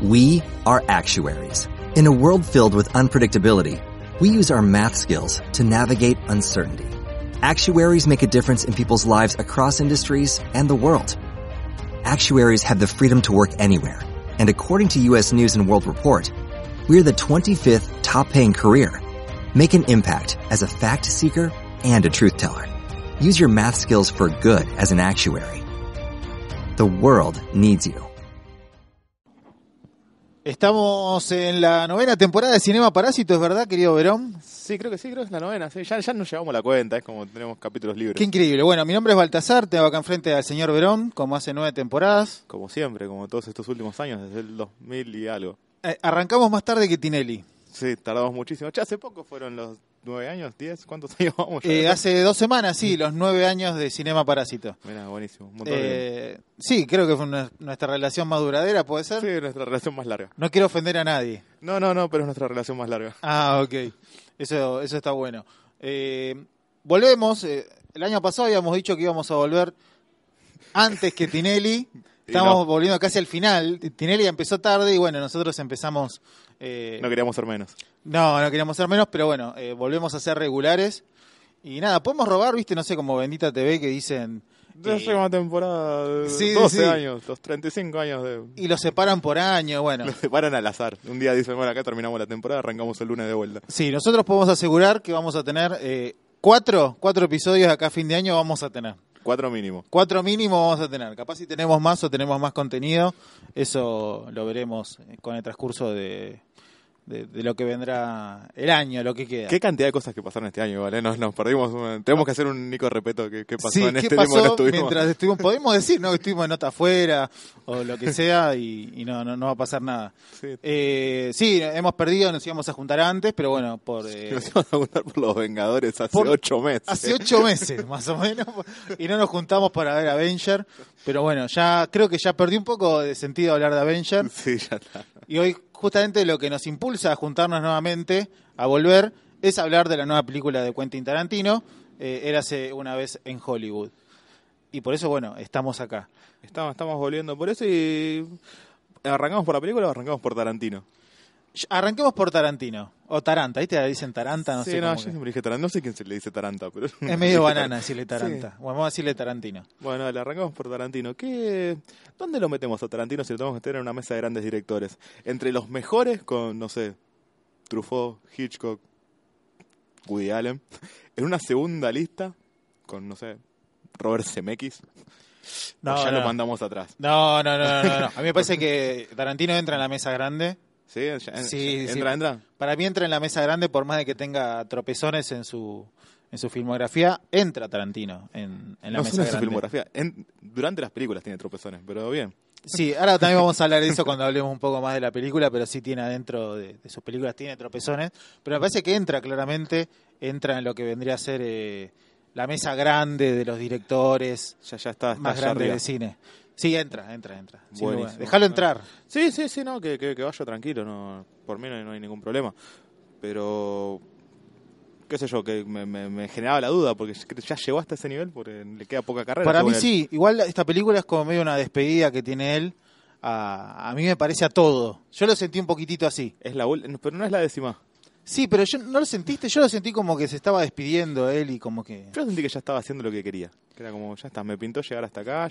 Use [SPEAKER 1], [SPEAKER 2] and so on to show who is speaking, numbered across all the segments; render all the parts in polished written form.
[SPEAKER 1] We are actuaries. In a world filled with unpredictability, we use our math skills to navigate uncertainty. Actuaries make a difference in people's lives across industries and the world. Actuaries have the freedom to work anywhere, and according to U.S. News & World Report, we're the 25th top-paying career. Make an impact as a fact seeker and a truth teller. Use your math skills for good as an actuary. The world needs you.
[SPEAKER 2] Estamos en la 9ª temporada de Cinema Parásito, ¿es verdad, querido Verón?
[SPEAKER 3] Sí, creo que es la 9ª. Sí, ya nos llevamos la cuenta, es como tenemos capítulos libres.
[SPEAKER 2] Qué increíble. Bueno, mi nombre es Baltasar, tengo acá enfrente al señor Verón, como hace 9 temporadas.
[SPEAKER 3] Como siempre, como todos estos últimos años, desde el 2000 y algo.
[SPEAKER 2] Arrancamos más tarde que Tinelli.
[SPEAKER 3] Sí, tardamos muchísimo. Ya hace poco fueron los 9 años, 10, ¿cuántos años vamos?
[SPEAKER 2] Hace 2 semanas, sí, los 9 años de Cinema Parásito.
[SPEAKER 3] Mira, buenísimo. Un montón de...
[SPEAKER 2] Sí, creo que fue nuestra relación más duradera, ¿puede ser?
[SPEAKER 3] Sí, nuestra relación más larga.
[SPEAKER 2] No quiero ofender a nadie.
[SPEAKER 3] No, pero es nuestra relación más larga.
[SPEAKER 2] Ah, ok. Eso está bueno. Volvemos. El año pasado habíamos dicho que íbamos a volver antes que Tinelli. Estamos volviendo casi al final. Tinelli empezó tarde y bueno, nosotros empezamos...
[SPEAKER 3] no queríamos ser menos.
[SPEAKER 2] No queríamos ser menos, pero bueno, volvemos a ser regulares. Y nada, podemos robar, viste, no sé, como Bendita TV que dicen...
[SPEAKER 3] Décima temporada de 12 años, los 35 años de...
[SPEAKER 2] Y los separan por año, bueno.
[SPEAKER 3] Los separan al azar. Un día dicen, bueno, acá terminamos la temporada, arrancamos el lunes de vuelta.
[SPEAKER 2] Sí, nosotros podemos asegurar que vamos a tener 4 episodios acá a fin de año vamos a tener.
[SPEAKER 3] 4 mínimo.
[SPEAKER 2] 4 mínimo vamos a tener. Capaz si tenemos más o tenemos más contenido, eso lo veremos con el transcurso de lo que vendrá el año, lo que queda.
[SPEAKER 3] Qué cantidad de cosas que pasaron este año, ¿vale? Nos perdimos. Tenemos que hacer un Nico Repeto. ¿Qué pasó
[SPEAKER 2] sí,
[SPEAKER 3] en este
[SPEAKER 2] ¿qué
[SPEAKER 3] tiempo
[SPEAKER 2] pasó
[SPEAKER 3] que no estuvimos?
[SPEAKER 2] Mientras estuvimos? Podemos decir, ¿no? Que estuvimos en nota afuera o lo que sea y no va a pasar nada. Sí, hemos perdido, nos íbamos a juntar antes, pero bueno,
[SPEAKER 3] nos íbamos a juntar por los Vengadores hace 8 meses.
[SPEAKER 2] Hace 8 meses, más o menos, y no nos juntamos para ver Avenger, pero bueno, ya creo que ya perdí un poco de sentido hablar de Avenger.
[SPEAKER 3] Sí, ya está.
[SPEAKER 2] Y hoy justamente lo que nos impulsa a juntarnos nuevamente, a volver, es hablar de la nueva película de Quentin Tarantino, Érase una vez en Hollywood. Y por eso, bueno, estamos acá.
[SPEAKER 3] Estamos volviendo por eso y... ¿Arrancamos por la película o arrancamos por Tarantino?
[SPEAKER 2] Arranquemos por Tarantino. O Taranta, ¿viste? Le dicen Taranta, no sé.
[SPEAKER 3] Yo siempre dije Taranta. No sé quién se le dice Taranta, pero...
[SPEAKER 2] Es medio banana decirle Taranta. Sí. Bueno, vamos a decirle Tarantino.
[SPEAKER 3] Bueno, dale, arrancamos por Tarantino. ¿Dónde lo metemos a Tarantino si lo tenemos que tener en una mesa de grandes directores? Entre los mejores con, no sé, Truffaut, Hitchcock, Woody Allen. En una segunda lista con, no sé, Robert Zemeckis. Lo mandamos atrás.
[SPEAKER 2] No. A mí me parece que Tarantino entra en la mesa grande.
[SPEAKER 3] Sí, entra.
[SPEAKER 2] Para mí entra en la mesa grande, por más de que tenga tropezones en su filmografía, entra Tarantino en la mesa grande. En su
[SPEAKER 3] filmografía, durante las películas tiene tropezones, pero bien.
[SPEAKER 2] Sí, ahora también vamos a hablar de eso cuando hablemos un poco más de la película, pero sí tiene adentro de sus películas, tiene tropezones, pero me parece que entra en lo que vendría a ser la mesa grande de los directores
[SPEAKER 3] ya está
[SPEAKER 2] más grandes del cine. Sí, entra.
[SPEAKER 3] Buenísimo.
[SPEAKER 2] Déjalo entrar.
[SPEAKER 3] Sí, no, que vaya tranquilo, no, por mí no hay ningún problema. Pero, qué sé yo, que me generaba la duda, porque ya llegó hasta ese nivel, porque le queda poca carrera.
[SPEAKER 2] Para mí sí, igual esta película es como medio una despedida que tiene él. A mí me parece a todo. Yo lo sentí un poquitito así.
[SPEAKER 3] Pero no es la 10ª.
[SPEAKER 2] Sí, pero ¿no lo sentiste? Yo lo sentí como que se estaba despidiendo él y como que...
[SPEAKER 3] Yo sentí que ya estaba haciendo lo que quería. Que era como, ya está, me pintó llegar hasta acá,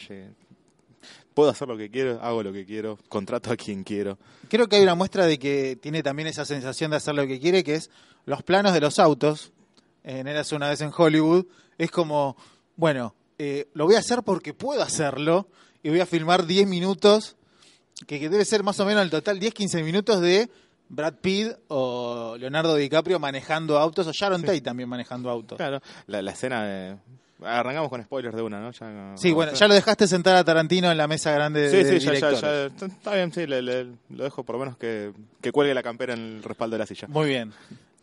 [SPEAKER 3] puedo hacer lo que quiero, hago lo que quiero, contrato a quien quiero. Creo
[SPEAKER 2] que hay una muestra de que tiene también esa sensación de hacer lo que quiere, que es los planos de los autos, en Érase una vez en Hollywood, es como, bueno, lo voy a hacer porque puedo hacerlo, y voy a filmar 10 minutos, que debe ser más o menos el total 10-15 minutos de Brad Pitt o Leonardo DiCaprio manejando autos, o Sharon Tate también manejando autos.
[SPEAKER 3] Claro, la escena de... Arrancamos con spoilers de una, ¿no?
[SPEAKER 2] Ya lo dejaste sentar a Tarantino en la mesa grande de directores.
[SPEAKER 3] Ya, está bien, sí, lo dejo por lo menos que cuelgue la campera en el respaldo de la silla.
[SPEAKER 2] Muy bien.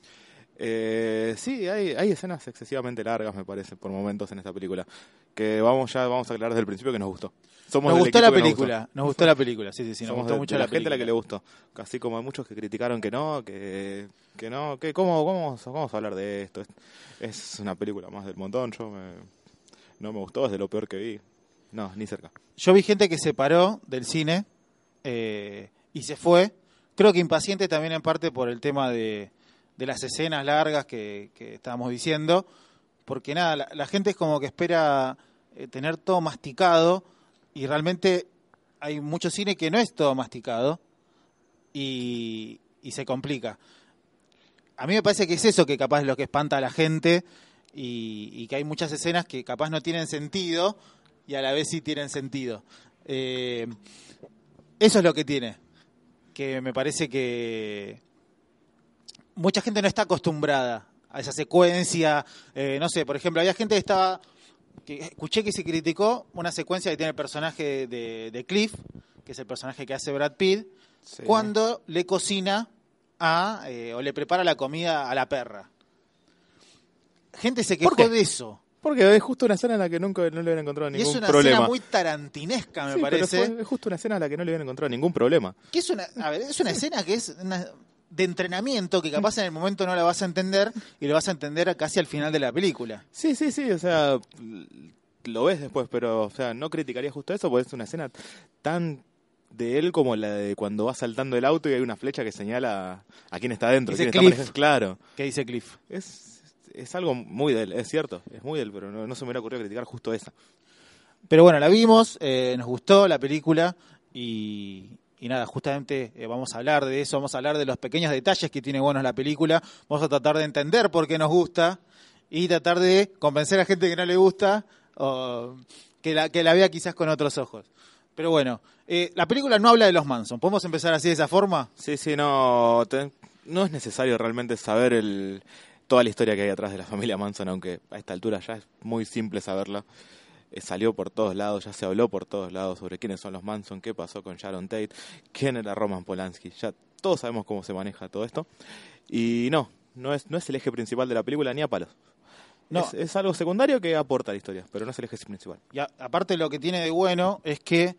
[SPEAKER 3] Sí, hay escenas excesivamente largas, me parece, por momentos en esta película. Que vamos a aclarar desde el principio que nos gustó.
[SPEAKER 2] Nos gustó la película, nos gustó la película, sí, nos gustó mucho la película.
[SPEAKER 3] Gente a la que le gustó, así como hay muchos que criticaron que no, ¿cómo vamos a hablar de esto? Es una película más del montón, no me gustó, es de lo peor que vi, no, ni cerca.
[SPEAKER 2] Yo vi gente que se paró del cine y se fue. Creo que impaciente también en parte por el tema de las escenas largas que estábamos diciendo, porque nada, la gente es como que espera tener todo masticado y realmente hay mucho cine que no es todo masticado y se complica. A mí me parece que es eso que capaz es lo que espanta a la gente y que hay muchas escenas que capaz no tienen sentido y a la vez sí tienen sentido. Eso es lo que tiene, que me parece que mucha gente no está acostumbrada a esa secuencia. No sé, por ejemplo, había gente que escuché que se criticó una secuencia que tiene el personaje de Cliff, que es el personaje que hace Brad Pitt, sí, cuando le cocina o le prepara la comida a la perra. Gente se quejó de eso.
[SPEAKER 3] Porque es justo una escena en la que nunca no le habían encontrado ningún problema.
[SPEAKER 2] Y es una escena muy tarantinesca, me parece.
[SPEAKER 3] Pero es justo una escena en la que no le habían encontrado ningún problema.
[SPEAKER 2] Que es una escena que es de entrenamiento que capaz en el momento no la vas a entender y lo vas a entender casi al final de la película.
[SPEAKER 3] Sí, o sea, lo ves después, pero o sea, no criticaría justo eso, porque es una escena tan de él como la de cuando va saltando el auto y hay una flecha que señala a quién está adentro.
[SPEAKER 2] Dice
[SPEAKER 3] quién
[SPEAKER 2] Cliff.
[SPEAKER 3] Está, claro.
[SPEAKER 2] ¿Qué dice Cliff?
[SPEAKER 3] Es algo muy de él, es cierto, es muy de él, pero no se me hubiera ocurrido criticar justo esa.
[SPEAKER 2] Pero bueno, la vimos, nos gustó la película y nada, justamente vamos a hablar de eso, vamos a hablar de los pequeños detalles que tiene buenos la película, vamos a tratar de entender por qué nos gusta y tratar de convencer a gente que no le gusta o que la vea quizás con otros ojos. Pero bueno, la película no habla de los Manson, ¿podemos empezar así de esa forma?
[SPEAKER 3] Sí, no es necesario realmente saber toda la historia que hay atrás de la familia Manson, aunque a esta altura ya es muy simple saberla. Salió por todos lados, ya se habló por todos lados sobre quiénes son los Manson, qué pasó con Sharon Tate, quién era Roman Polanski. Ya todos sabemos cómo se maneja todo esto. Y no es el eje principal de la película ni a palos. No. Es algo secundario que aporta a la historia, pero no es el eje principal.
[SPEAKER 2] Y aparte lo que tiene de bueno es que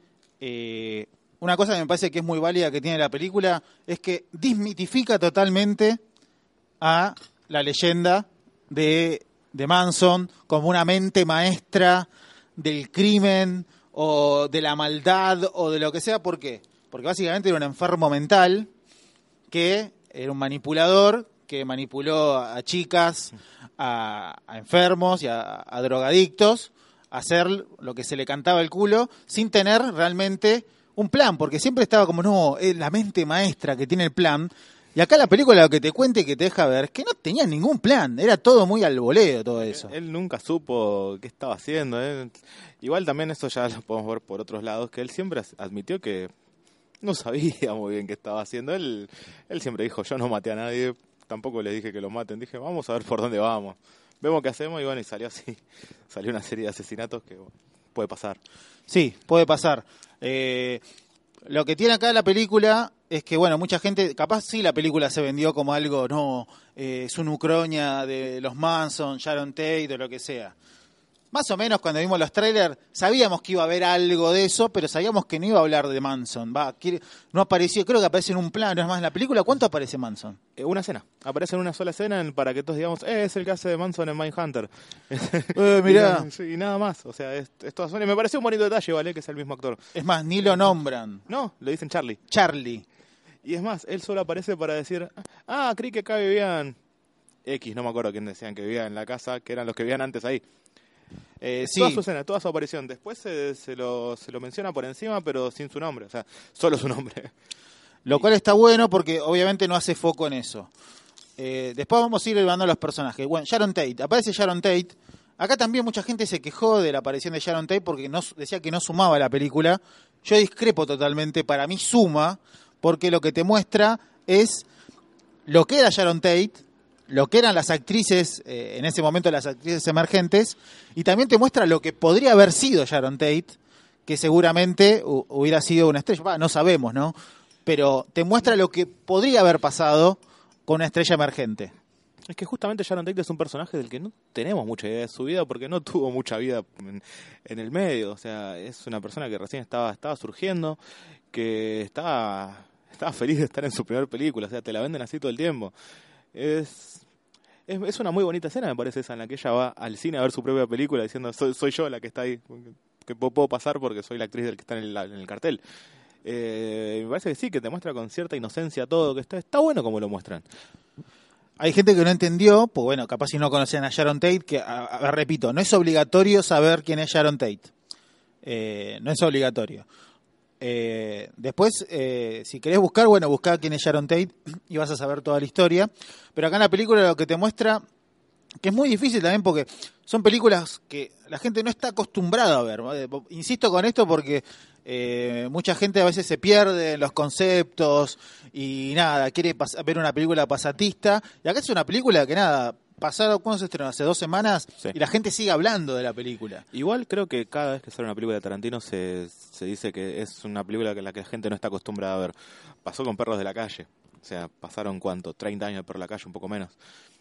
[SPEAKER 2] una cosa que me parece que es muy válida que tiene la película es que desmitifica totalmente a la leyenda de Manson como una mente maestra del crimen o de la maldad o de lo que sea. ¿Por qué? Porque básicamente era un enfermo mental que era un manipulador que manipuló a chicas, a enfermos y a drogadictos a hacer lo que se le cantaba el culo sin tener realmente un plan, porque siempre estaba como, no, es la mente maestra que tiene el plan. Y acá la película lo que te cuenta y que te deja ver es que no tenía ningún plan, era todo muy al voleo todo eso.
[SPEAKER 3] Él nunca supo qué estaba haciendo. Igual también eso ya lo podemos ver por otros lados, que él siempre admitió que no sabía muy bien qué estaba haciendo. Él siempre dijo, yo no maté a nadie, tampoco les dije que lo maten, dije, vamos a ver por dónde vamos. Vemos qué hacemos y bueno, y salió así. Salió una serie de asesinatos que puede pasar.
[SPEAKER 2] Sí, puede pasar. Lo que tiene acá la película es que, bueno, mucha gente, capaz sí la película se vendió como algo, no, es una ucronia de los Manson, Sharon Tate o lo que sea. Más o menos cuando vimos los trailers sabíamos que iba a haber algo de eso, pero sabíamos que no iba a hablar de Manson. No apareció, creo que aparece en un plano, es más, en la película, ¿cuánto aparece Manson?
[SPEAKER 3] Una escena, aparece en una sola escena para que todos digamos, es el que hace de Manson en Mindhunter.
[SPEAKER 2] Mirá.
[SPEAKER 3] Y nada más, o sea, es toda sola. Me pareció un bonito detalle, ¿vale? Que es el mismo actor.
[SPEAKER 2] Es más, ni lo nombran.
[SPEAKER 3] No, le dicen Charlie.
[SPEAKER 2] Charlie.
[SPEAKER 3] Y es más, él solo aparece para decir, creí que acá vivían X, no me acuerdo quién decían que vivía en la casa, que eran los que vivían antes ahí.
[SPEAKER 2] Sí.
[SPEAKER 3] Toda su escena, toda su aparición. Después se lo menciona por encima, pero sin su nombre, o sea, solo su nombre.
[SPEAKER 2] Lo cual está bueno porque obviamente no hace foco en eso. Después vamos a ir llevando a los personajes. Bueno, Sharon Tate, aparece Sharon Tate. Acá también mucha gente se quejó de la aparición de Sharon Tate porque decía que no sumaba a la película. Yo discrepo totalmente, para mí suma, porque lo que te muestra es lo que era Sharon Tate, lo que eran las actrices, en ese momento las actrices emergentes, y también te muestra lo que podría haber sido Sharon Tate, que seguramente hubiera sido una estrella. No sabemos, ¿no? Pero te muestra lo que podría haber pasado con una estrella emergente.
[SPEAKER 3] Es que justamente Sharon Tate es un personaje del que no tenemos mucha idea de su vida porque no tuvo mucha vida en el medio. O sea, es una persona que recién estaba surgiendo, que estaba feliz de estar en su primer película. O sea, te la venden así todo el tiempo. Es una muy bonita escena, me parece, esa en la que ella va al cine a ver su propia película diciendo soy yo la que está ahí, que puedo pasar porque soy la actriz del que está en el cartel. Me parece que sí, que te muestra con cierta inocencia todo, que está bueno como lo muestran.
[SPEAKER 2] Hay gente que no entendió, pues bueno, capaz si no conocían a Sharon Tate, que, repito, no es obligatorio saber quién es Sharon Tate. No es obligatorio. Después, si querés buscar, bueno, buscá quién es Sharon Tate y vas a saber toda la historia. Pero acá en la película lo que te muestra, que es muy difícil también porque son películas que la gente no está acostumbrada a ver. Insisto con esto porque mucha gente a veces se pierde en los conceptos y nada, quiere ver una película pasatista. Y acá es una película que nada, pasaron, ¿cuándo se estrenó? Hace 2 semanas, sí. Y la gente sigue hablando de la película.
[SPEAKER 3] Igual creo que cada vez que sale una película de Tarantino se dice que es una película que la que la gente no está acostumbrada a ver. Pasó con Perros de la Calle. O sea, pasaron, ¿cuánto? 30 años de Perros de la Calle, un poco menos.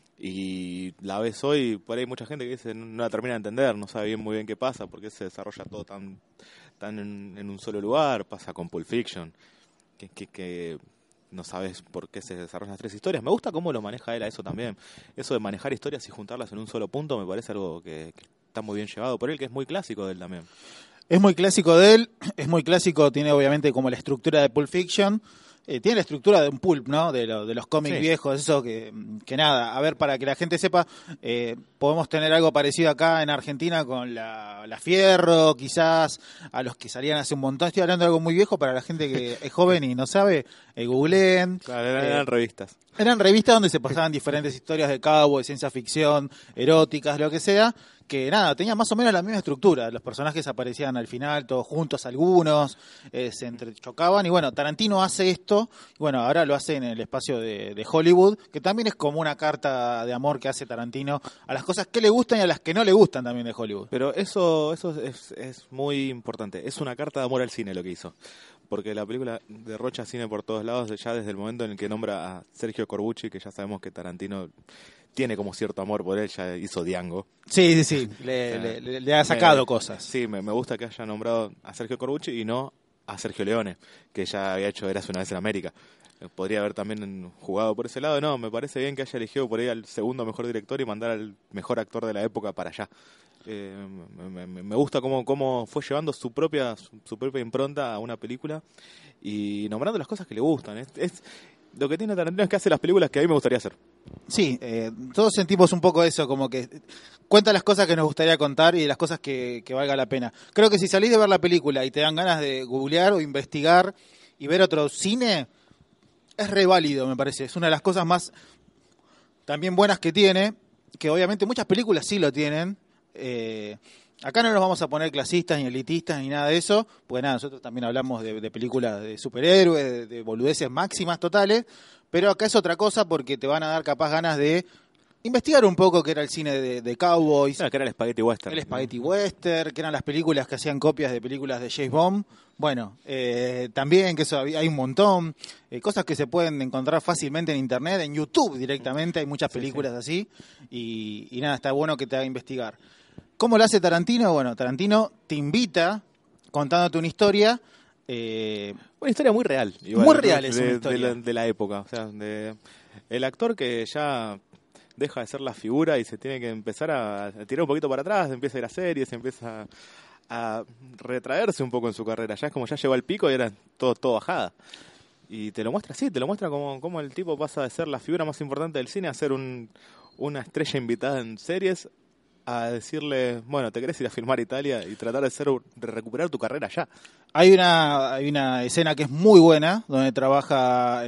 [SPEAKER 3] Y la ves hoy, por ahí hay mucha gente que dice no la termina de entender, no sabe muy bien qué pasa, porque se desarrolla todo tan en un solo lugar. Pasa con Pulp Fiction, que no sabes por qué se desarrollan las 3 historias. Me gusta cómo lo maneja él a eso también. Eso de manejar historias y juntarlas en un solo punto me parece algo que está muy bien llevado por él, que es muy clásico de él también.
[SPEAKER 2] Es muy clásico de él, es muy clásico, tiene obviamente como la estructura de Pulp Fiction. Tiene la estructura de un pulp, ¿no? De los cómics sí. Viejos, eso que nada. A ver, para que la gente sepa, podemos tener algo parecido acá en Argentina con la Fierro, quizás, a los que salían hace un montón. Estoy hablando de algo muy viejo para la gente que es joven y no sabe, googleen.
[SPEAKER 3] Claro, eran revistas.
[SPEAKER 2] Eran revistas donde se pasaban diferentes historias de cabo, de ciencia ficción, eróticas, lo que sea, que nada, tenían más o menos la misma estructura. Los personajes aparecían al final, todos juntos, algunos, se entrechocaban. Y bueno, Tarantino hace esto, y bueno, ahora lo hace en el espacio de Hollywood, que también es como una carta de amor que hace Tarantino a las cosas que le gustan y a las que no le gustan también de Hollywood.
[SPEAKER 3] Pero eso es muy importante. Es una carta de amor al cine lo que hizo. Porque la película derrocha cine por todos lados, ya desde el momento en el que nombra a Sergio Corbucci, que ya sabemos que Tarantino tiene como cierto amor por él, ya hizo Django.
[SPEAKER 2] Sí, le ha sacado cosas.
[SPEAKER 3] Sí, me gusta que haya nombrado a Sergio Corbucci y no a Sergio Leone, que ya había hecho Érase una vez en América. Podría haber también jugado por ese lado. No, me parece bien que haya elegido por ahí al segundo mejor director y mandar al mejor actor de la época para allá. Me gusta cómo fue llevando su propia impronta a una película y nombrando las cosas que le gustan. Es lo que tiene Tarantino es que hace las películas que a mí me gustaría hacer.
[SPEAKER 2] Sí, todos sentimos un poco eso, como que cuenta las cosas que nos gustaría contar y las cosas que valga la pena. Creo que si salís de ver la película y te dan ganas de googlear o investigar y ver otro cine, es re válido, me parece. Es una de las cosas más también buenas que tiene, que obviamente muchas películas sí lo tienen. Acá no nos vamos a poner clasistas ni elitistas ni nada de eso, porque nada, nosotros también hablamos de películas de superhéroes, de boludeces máximas totales, pero acá es otra cosa porque te van a dar capaz ganas de investigar un poco qué era el cine de cowboys.
[SPEAKER 3] Claro, que era el Spaghetti Western.
[SPEAKER 2] El Spaghetti Western, que eran las películas que hacían copias de películas de James Bond. Bueno, también que eso hay un montón, cosas que se pueden encontrar fácilmente en internet, en YouTube directamente, hay muchas películas así, y nada, está bueno que te haga investigar. ¿Cómo lo hace Tarantino? Bueno, Tarantino te invita contándote una historia.
[SPEAKER 3] Una historia muy real. Igual,
[SPEAKER 2] muy real es una historia.
[SPEAKER 3] De la época. O sea, el actor que ya deja de ser la figura y se tiene que empezar a tirar un poquito para atrás, empieza a ir a series, empieza a retraerse un poco en su carrera. Ya es como ya llegó al pico y era todo bajada. Y te lo muestra así, te lo muestra como el tipo pasa de ser la figura más importante del cine a ser una estrella invitada en series, a decirle, bueno, ¿te querés ir a filmar Italia y tratar de recuperar tu carrera allá?
[SPEAKER 2] Hay una escena que es muy buena, donde trabaja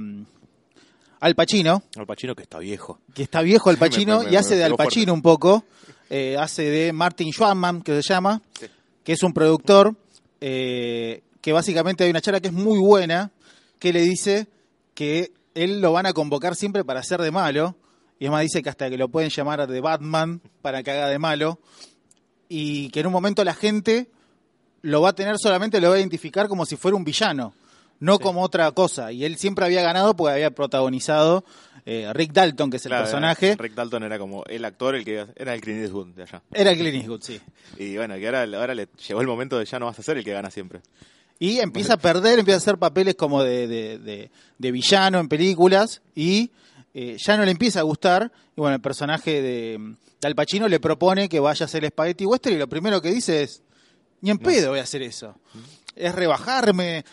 [SPEAKER 2] Al Pacino.
[SPEAKER 3] Al Pacino que está viejo.
[SPEAKER 2] Que está viejo Al Pacino y hace de Al Pacino un poco. Hace de Martin Schwannman, que se llama, sí. Que es un productor, que básicamente hay una charla que es muy buena, que le dice que él lo van a convocar siempre para hacer de malo. Y además dice que hasta que lo pueden llamar de Batman para que haga de malo. Y que en un momento la gente lo va a tener solamente, lo va a identificar como si fuera un villano, no sí. Como otra cosa. Y él siempre había ganado porque había protagonizado Rick Dalton, que es el personaje.
[SPEAKER 3] Rick Dalton era como el actor, el que era el Clint Eastwood de allá.
[SPEAKER 2] Era el Clint Eastwood, sí.
[SPEAKER 3] Y bueno, que ahora le llegó el momento de ya no vas a ser el que gana siempre.
[SPEAKER 2] Y empieza a perder, empieza a hacer papeles como de villano en películas y ya no le empieza a gustar. Y bueno, el personaje de Al Pacino le propone que vaya a hacer el Spaghetti Western y lo primero que dice es, ni en pedo voy a hacer eso. es rebajarme,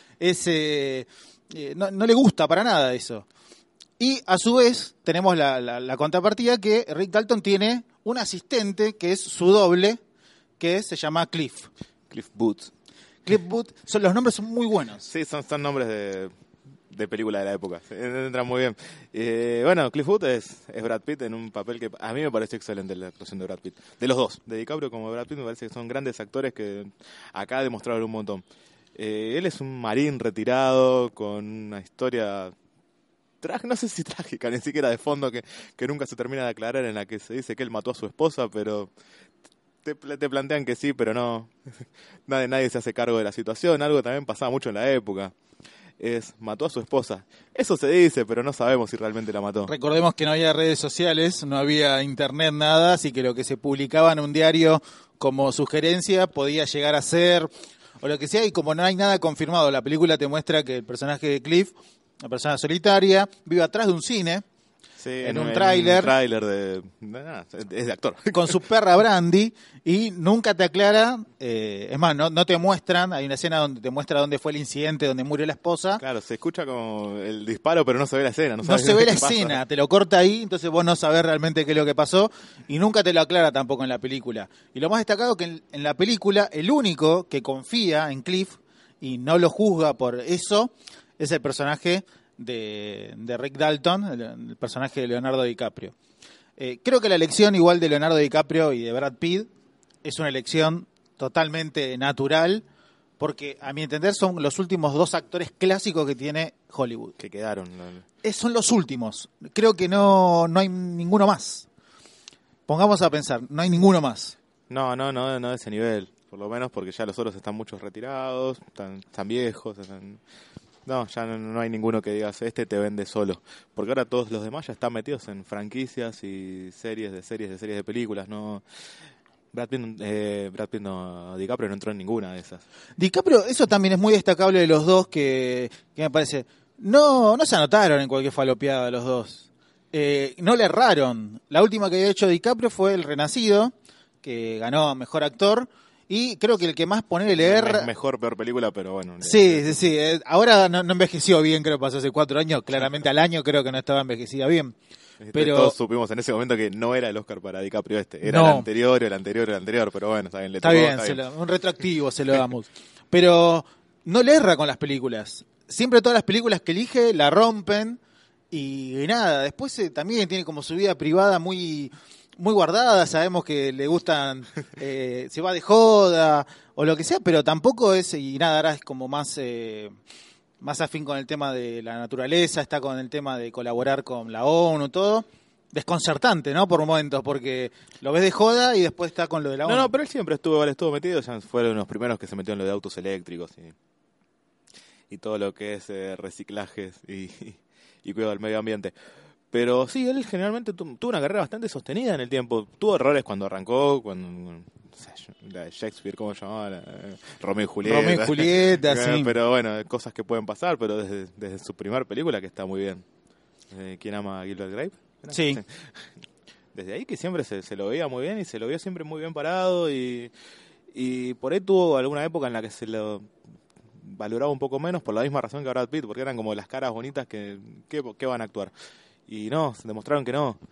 [SPEAKER 2] no le gusta para nada eso. Y a su vez tenemos la contrapartida que Rick Dalton tiene un asistente que es su doble, que se llama Cliff.
[SPEAKER 3] Cliff Booth.
[SPEAKER 2] Cliff Booth, los nombres son muy buenos.
[SPEAKER 3] Sí, son nombres de película de la época. Entran muy bien. Bueno, Cliff Booth es Brad Pitt en un papel que a mí me pareció excelente la actuación de Brad Pitt. De los dos, de DiCaprio como de Brad Pitt, me parece que son grandes actores que acá demostraron un montón. Él es un marín retirado con una historia... no sé si trágica, ni siquiera de fondo, que nunca se termina de aclarar, en la que se dice que él mató a su esposa, pero te plantean que sí, pero no. Nadie se hace cargo de la situación. Algo que también pasaba mucho en la época. Mató a su esposa. Eso se dice, pero no sabemos si realmente la mató.
[SPEAKER 2] Recordemos que no había redes sociales, no había internet, nada, así que lo que se publicaba en un diario como sugerencia podía llegar a ser, o lo que sea, y como no hay nada confirmado, la película te muestra que el personaje de Cliff, una persona solitaria, vive atrás de un cine,
[SPEAKER 3] sí,
[SPEAKER 2] en un tráiler
[SPEAKER 3] es de actor.
[SPEAKER 2] Con su perra Brandy, y nunca te aclara, es más, no te muestran, hay una escena donde te muestra dónde fue el incidente, donde murió la esposa.
[SPEAKER 3] Claro, se escucha como el disparo, pero no se ve la escena.
[SPEAKER 2] No se ve la escena, te lo corta ahí, entonces vos no sabés realmente qué es lo que pasó, y nunca te lo aclara tampoco en la película. Y lo más destacado que en la película, el único que confía en Cliff, y no lo juzga por eso, es el personaje de Rick Dalton, el personaje de Leonardo DiCaprio. Creo que la elección igual de Leonardo DiCaprio y de Brad Pitt es una elección totalmente natural, porque a mi entender son los últimos dos actores clásicos que tiene Hollywood.
[SPEAKER 3] Que quedaron.
[SPEAKER 2] Son los últimos. Creo que no hay ninguno más. Pongamos a pensar, no hay ninguno más.
[SPEAKER 3] No de ese nivel. Por lo menos porque ya los otros están muchos retirados, están viejos, No, ya no hay ninguno que digas, este te vende solo. Porque ahora todos los demás ya están metidos en franquicias y series de películas, ¿no? Brad Pitt no, DiCaprio no entró en ninguna de esas.
[SPEAKER 2] DiCaprio, eso también es muy destacable de los dos, que me parece, no se anotaron en cualquier falopeada los dos. No le erraron. La última que había hecho DiCaprio fue El Renacido, que ganó Mejor Actor. Y creo que el que más poner leer...
[SPEAKER 3] Peor película, pero bueno.
[SPEAKER 2] Sí. Ahora no envejeció bien, creo que pasó hace 4 años. Claramente al año creo que no estaba envejecida bien.
[SPEAKER 3] Pero todos supimos en ese momento que no era el Oscar para DiCaprio Era el anterior, pero bueno, ¿saben?
[SPEAKER 2] Está bien. Un retroactivo se lo damos. Pero no le erra con las películas. Siempre todas las películas que elige la rompen y nada. Después también tiene como su vida privada muy guardada, sabemos que le gustan, se va de joda o lo que sea, pero tampoco y nada, ahora es como más afín con el tema de la naturaleza, está con el tema de colaborar con la ONU, todo. Desconcertante, ¿no? Por momentos, porque lo ves de joda y después está con lo de la ONU.
[SPEAKER 3] No, pero él siempre estuvo metido, ya fueron los primeros que se metió en lo de autos eléctricos y todo lo que es reciclajes y cuidado del medio ambiente. Pero sí, él generalmente tuvo una carrera bastante sostenida en el tiempo. Tuvo errores cuando arrancó, la de Shakespeare, ¿cómo se llamaba? Romeo y Julieta,
[SPEAKER 2] sí.
[SPEAKER 3] Pero bueno, cosas que pueden pasar, pero desde su primer película que está muy bien. ¿Quién ama a Gilbert Grape?
[SPEAKER 2] Sí.
[SPEAKER 3] Desde ahí que siempre se lo veía muy bien y se lo vio siempre muy bien parado y por ahí tuvo alguna época en la que se lo valoraba un poco menos por la misma razón que a Brad Pitt, porque eran como las caras bonitas que van a actuar. Y no, se demostraron que no.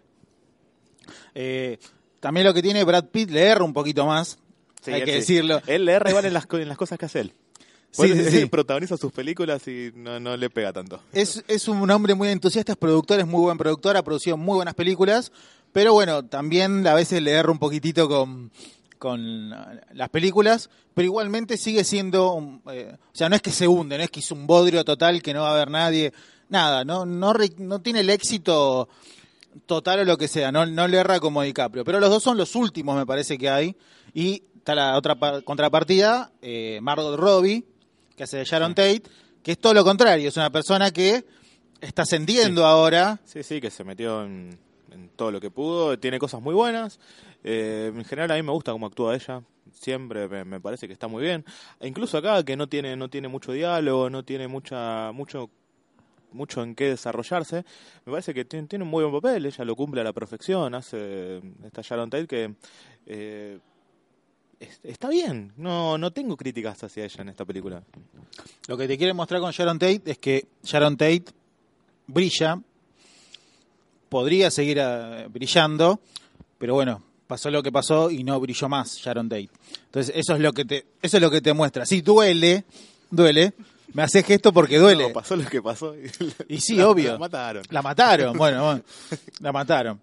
[SPEAKER 2] También lo que tiene Brad Pitt, le erra un poquito más, sí, hay que decirlo.
[SPEAKER 3] Él le erra igual en las cosas que hace él. Él protagoniza sus películas y no le pega tanto.
[SPEAKER 2] Es un hombre muy entusiasta, es productor, es muy buen productor, ha producido muy buenas películas, pero bueno, también a veces le erra un poquitito con las películas, pero igualmente sigue siendo, o sea, no es que se hunde, no es que hizo un bodrio total que no va a haber nadie, nada, no tiene el éxito total o lo que sea, no le erra como DiCaprio, pero los dos son los últimos, me parece que hay, y está la otra contrapartida, Margot Robbie, que hace de Sharon Tate, que es todo lo contrario, es una persona que está ascendiendo ahora.
[SPEAKER 3] Sí, que se metió en todo lo que pudo, tiene cosas muy buenas, en general a mí me gusta cómo actúa ella, siempre me parece que está muy bien, e incluso acá que no tiene mucho diálogo, no tiene mucho en qué desarrollarse, me parece que tiene un muy buen papel, ella lo cumple a la perfección, hace esta Sharon Tate que está bien. No tengo críticas hacia ella en esta película.
[SPEAKER 2] Lo que te quiere mostrar con Sharon Tate es que Sharon Tate brilla, podría seguir brillando, pero bueno, pasó lo que pasó y no brilló más Sharon Tate. Entonces eso es lo que te muestra. Sí, duele. Me hace gesto porque duele.
[SPEAKER 3] No, pasó lo que pasó.
[SPEAKER 2] Y sí, obvio.
[SPEAKER 3] La mataron.
[SPEAKER 2] Bueno, la mataron.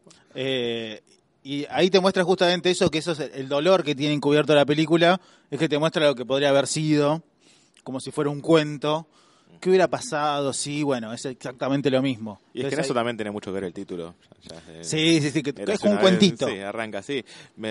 [SPEAKER 2] Y ahí te muestra justamente eso, que eso es el dolor que tiene encubierto la película, es que te muestra lo que podría haber sido, como si fuera un cuento. ¿Qué hubiera pasado? Sí, bueno, es exactamente lo mismo.
[SPEAKER 3] Y es que en eso también tiene mucho que ver el título.
[SPEAKER 2] Sí, que es como un cuentito.
[SPEAKER 3] Sí, arranca así.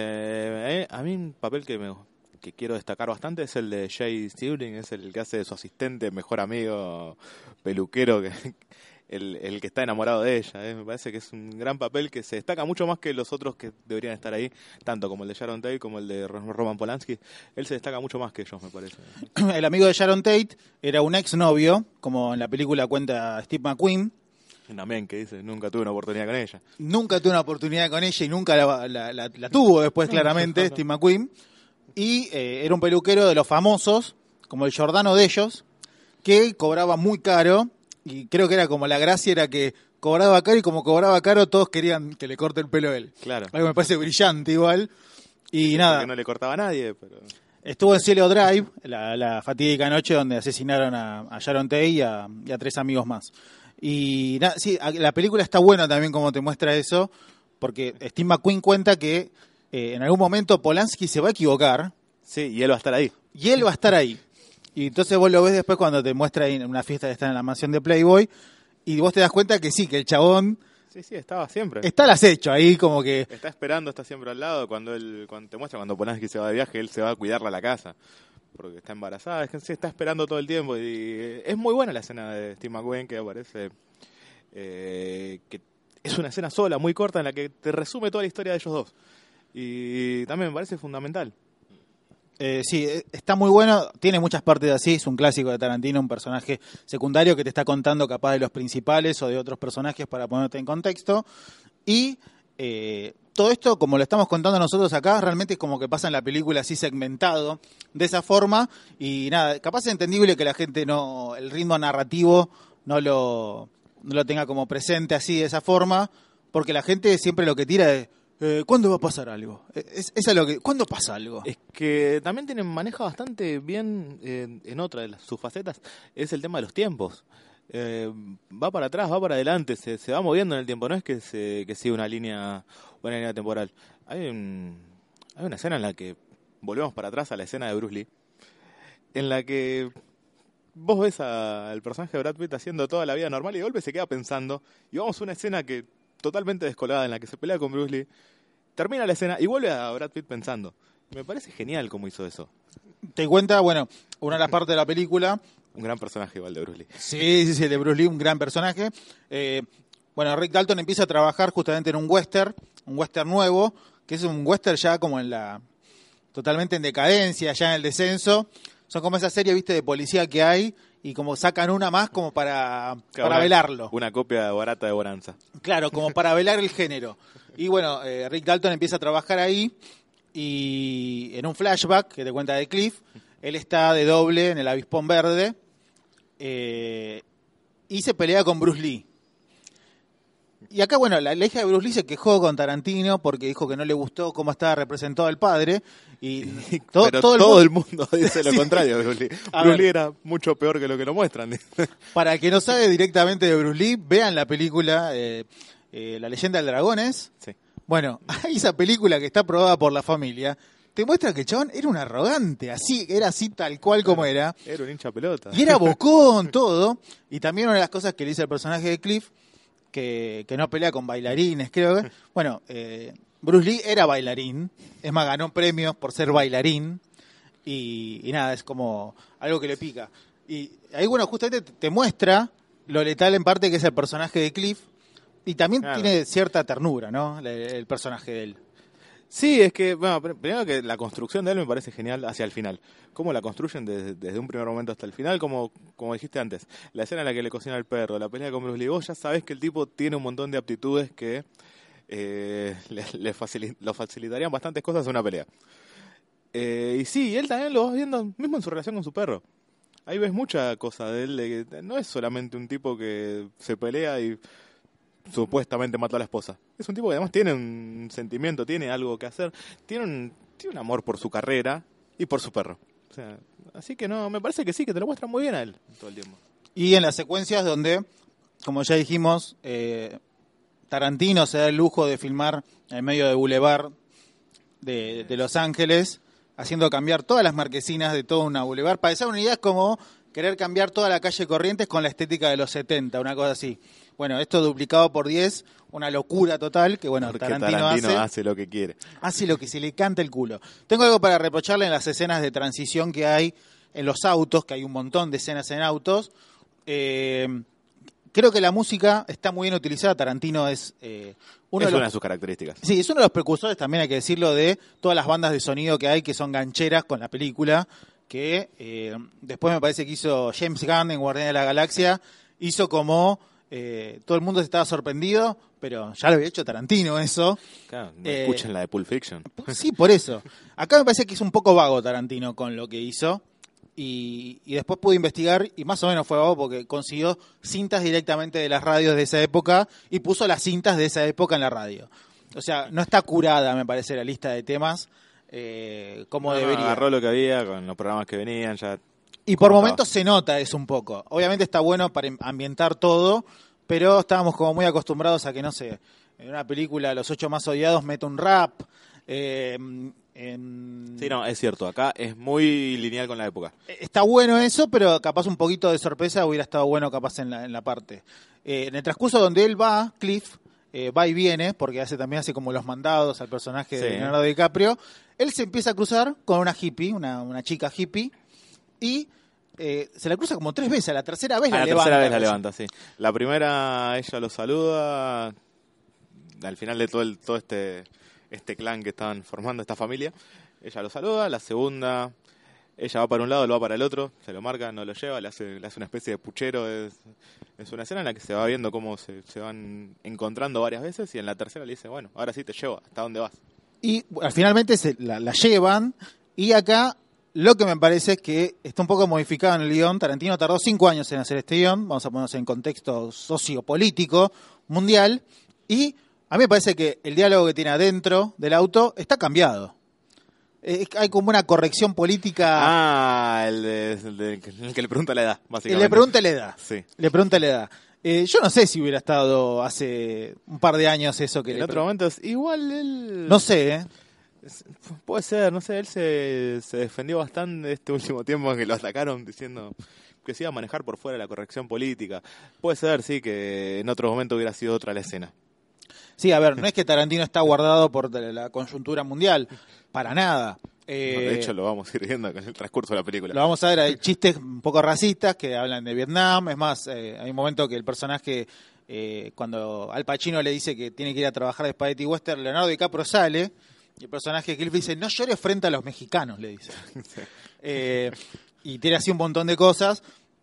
[SPEAKER 3] A mí un papel que quiero destacar bastante es el de Jay Stewling, es el que hace de su asistente, mejor amigo, peluquero, el que está enamorado de ella. Me parece que es un gran papel que se destaca mucho más que los otros que deberían estar ahí, tanto como el de Sharon Tate como el de Roman Polanski. Él se destaca mucho más que ellos, me parece.
[SPEAKER 2] El amigo de Sharon Tate era un exnovio, como en la película cuenta Steve McQueen.
[SPEAKER 3] También que dice, nunca tuve una oportunidad con ella.
[SPEAKER 2] Nunca tuve una oportunidad con ella y nunca la tuvo después, claramente, Steve McQueen. Y era un peluquero de los famosos, como el Giordano de ellos, que cobraba muy caro. Y creo que era como la gracia era que cobraba caro, y como cobraba caro todos querían que le corte el pelo a él.
[SPEAKER 3] Claro.
[SPEAKER 2] Algo me parece brillante igual. Y
[SPEAKER 3] sí,
[SPEAKER 2] nada.
[SPEAKER 3] Que no le cortaba a nadie, pero...
[SPEAKER 2] Estuvo en Cielo Drive, la fatídica noche donde asesinaron a Sharon Tate y a 3 amigos más. Y nada, sí, la película está buena también como te muestra eso, porque Steve McQueen cuenta que en algún momento Polanski se va a equivocar.
[SPEAKER 3] Sí, y él va a estar ahí.
[SPEAKER 2] Y entonces vos lo ves después cuando te muestra ahí en una fiesta que está en la mansión de Playboy, y vos te das cuenta que sí, que el chabón...
[SPEAKER 3] Sí, estaba siempre.
[SPEAKER 2] Está al acecho ahí, como que...
[SPEAKER 3] Está esperando, está siempre al lado. Cuando te muestra cuando Polanski se va de viaje, él se va a cuidarla a la casa. Porque está embarazada, es que sí, está esperando todo el tiempo. Y es muy buena la escena de Steve McQueen que aparece. Que es una escena sola, muy corta, en la que te resume toda la historia de ellos dos. Y también me parece fundamental.
[SPEAKER 2] Sí, está muy bueno, tiene muchas partes así, es un clásico de Tarantino, un personaje secundario que te está contando capaz de los principales o de otros personajes para ponerte en contexto. Y todo esto, como lo estamos contando nosotros acá, realmente es como que pasa en la película así segmentado, de esa forma. Y nada, capaz es entendible que la gente el ritmo narrativo no lo tenga como presente así de esa forma, porque la gente siempre lo que tira es... ¿Cuándo va a pasar algo? ¿Cuándo pasa algo?
[SPEAKER 3] Es que también maneja bastante bien en otra de sus facetas, es el tema de los tiempos. Va para atrás, va para adelante, se va moviendo en el tiempo, no es que siga una línea temporal. Hay una escena en la que volvemos para atrás a la escena de Bruce Lee, en la que vos ves al personaje de Brad Pitt haciendo toda la vida normal y de golpe se queda pensando, y vamos a una escena que totalmente descolgada en la que se pelea con Bruce Lee, termina la escena y vuelve a Brad Pitt pensando. Me parece genial cómo hizo eso.
[SPEAKER 2] Te cuenta, bueno, una de las partes de la película...
[SPEAKER 3] Un gran personaje igual de Bruce Lee.
[SPEAKER 2] Sí, el de Bruce Lee, un gran personaje. Bueno, Rick Dalton empieza a trabajar justamente en un western nuevo, que es un western ya como totalmente en decadencia, ya en el descenso. Son como esa serie, viste, de policía que hay, y como sacan una más como para velarlo.
[SPEAKER 3] Una copia barata de Bonanza.
[SPEAKER 2] Claro, como para velar el género. Y bueno, Rick Dalton empieza a trabajar ahí, y en un flashback que te cuenta de Cliff, él está de doble en el Avispón Verde, y se pelea con Bruce Lee. Y acá, bueno, la hija de Bruce Lee se quejó con Tarantino porque dijo que no le gustó cómo estaba representado el padre.
[SPEAKER 3] Pero todo el mundo dice lo contrario de Bruce Lee. Bruce Lee era mucho peor que lo que lo muestran.
[SPEAKER 2] Para el que no sabe directamente de Bruce Lee, vean la película La leyenda del dragón, ¿es?
[SPEAKER 3] Sí.
[SPEAKER 2] Bueno, hay esa película que está aprobada por la familia. Te muestra que el chabón era un arrogante, era así tal cual como era.
[SPEAKER 3] Era un hincha pelota.
[SPEAKER 2] Y era bocón, todo. Y también una de las cosas que le dice el personaje de Cliff, que no pelea con bailarines, creo que. Bueno, Bruce Lee era bailarín, es más, ganó premios por ser bailarín, y nada, es como algo que le pica. Y ahí, bueno, justamente te muestra lo letal en parte que es el personaje de Cliff, y también tiene cierta ternura, ¿no? El personaje de él.
[SPEAKER 3] Sí, es que, bueno, primero que la construcción de él me parece genial hacia el final. Cómo la construyen desde un primer momento hasta el final, como dijiste antes. La escena en la que le cocina al perro, la pelea con Bruce Lee, vos ya sabés que el tipo tiene un montón de aptitudes que lo facilitarían bastantes cosas en una pelea. Y sí, él también lo vas viendo mismo en su relación con su perro. Ahí ves mucha cosa de él, de que no es solamente un tipo que se pelea y supuestamente mató a la esposa. Es un tipo que además tiene un sentimiento, tiene algo que hacer, tiene un amor por su carrera y por su perro. O sea, así que no, me parece que sí, que te lo muestran muy bien a él todo el tiempo.
[SPEAKER 2] Y en las secuencias donde, como ya dijimos, Tarantino se da el lujo de filmar en medio de Boulevard de Los Ángeles, haciendo cambiar todas las marquesinas de toda una Boulevard. Para esa una idea es como querer cambiar toda la calle Corrientes con la estética de los 70, una cosa así. Bueno, esto duplicado por 10, una locura total, que bueno,
[SPEAKER 3] Porque
[SPEAKER 2] Tarantino
[SPEAKER 3] hace lo que quiere.
[SPEAKER 2] hace lo que se le canta el culo. Tengo algo para reprocharle en las escenas de transición que hay en los autos, que hay un montón de escenas en autos. Creo que la música está muy bien utilizada. Tarantino es
[SPEAKER 3] Una de sus características.
[SPEAKER 2] Sí, es uno de los precursores, también hay que decirlo, de todas las bandas de sonido que hay, que son gancheras con la película, que después me parece que hizo James Gunn en Guardianes de la Galaxia, hizo como... todo el mundo estaba sorprendido, pero ya lo había hecho Tarantino eso.
[SPEAKER 3] Claro, no escuchen la de Pulp Fiction.
[SPEAKER 2] Sí, por eso. Acá me parece que es un poco vago Tarantino con lo que hizo. Y después pude investigar y más o menos fue vago porque consiguió cintas directamente de las radios de esa época y puso las cintas de esa época en la radio. O sea, no está curada, me parece, la lista de temas como debería.
[SPEAKER 3] Agarró lo que había con los programas que venían ya.
[SPEAKER 2] Y por momentos se nota eso un poco. Obviamente está bueno para ambientar todo, pero estábamos como muy acostumbrados a que, no sé, en una película Los 8 más odiados mete un rap.
[SPEAKER 3] Sí, no, es cierto. Acá es muy lineal con la época.
[SPEAKER 2] Está bueno eso, pero capaz un poquito de sorpresa hubiera estado bueno capaz en la parte. En el transcurso donde él va, Cliff, va y viene, porque también hace como los mandados al personaje de Leonardo DiCaprio, él se empieza a cruzar con una hippie, una chica hippie, y se la cruza como 3 veces, a la tercera vez la levanta.
[SPEAKER 3] La tercera vez la levanta, sí. La primera ella lo saluda, al final de todo este clan que estaban formando, esta familia, ella lo saluda. La segunda, ella va para un lado, él va para el otro, se lo marca, no lo lleva, le hace una especie de puchero. Es una escena en la que se va viendo cómo se van encontrando varias veces, y en la tercera le dice, bueno, ahora sí te llevo, ¿hasta dónde vas?
[SPEAKER 2] Y finalmente la llevan, y acá lo que me parece es que está un poco modificado en el guión. Tarantino tardó 5 años en hacer este guión, vamos a ponernos en contexto sociopolítico mundial, y a mí me parece que el diálogo que tiene adentro del auto está cambiado. Hay como una corrección política.
[SPEAKER 3] El que le pregunta la edad, básicamente.
[SPEAKER 2] Le pregunta la edad.
[SPEAKER 3] Sí.
[SPEAKER 2] Le pregunta la edad. Yo no sé si hubiera estado hace un par de años eso que
[SPEAKER 3] en otro momento igual él...
[SPEAKER 2] No sé,
[SPEAKER 3] Puede ser, no sé, él se defendió bastante este último tiempo en que lo atacaron diciendo que se iba a manejar por fuera de la corrección política. Puede ser, sí, que en otro momento hubiera sido otra la escena.
[SPEAKER 2] Sí, a ver, no es que Tarantino está guardado por la coyuntura mundial, para nada.
[SPEAKER 3] De hecho, lo vamos a ir viendo con el transcurso de la película.
[SPEAKER 2] Lo vamos a ver, hay chistes un poco racistas que hablan de Vietnam. Es más, hay un momento que el personaje, cuando Al Pacino le dice que tiene que ir a trabajar de Spaghetti Western, Leonardo DiCaprio sale, y el personaje de Cliff dice, no llores frente a los mexicanos, le dice. Sí. Y tiene así un montón de cosas.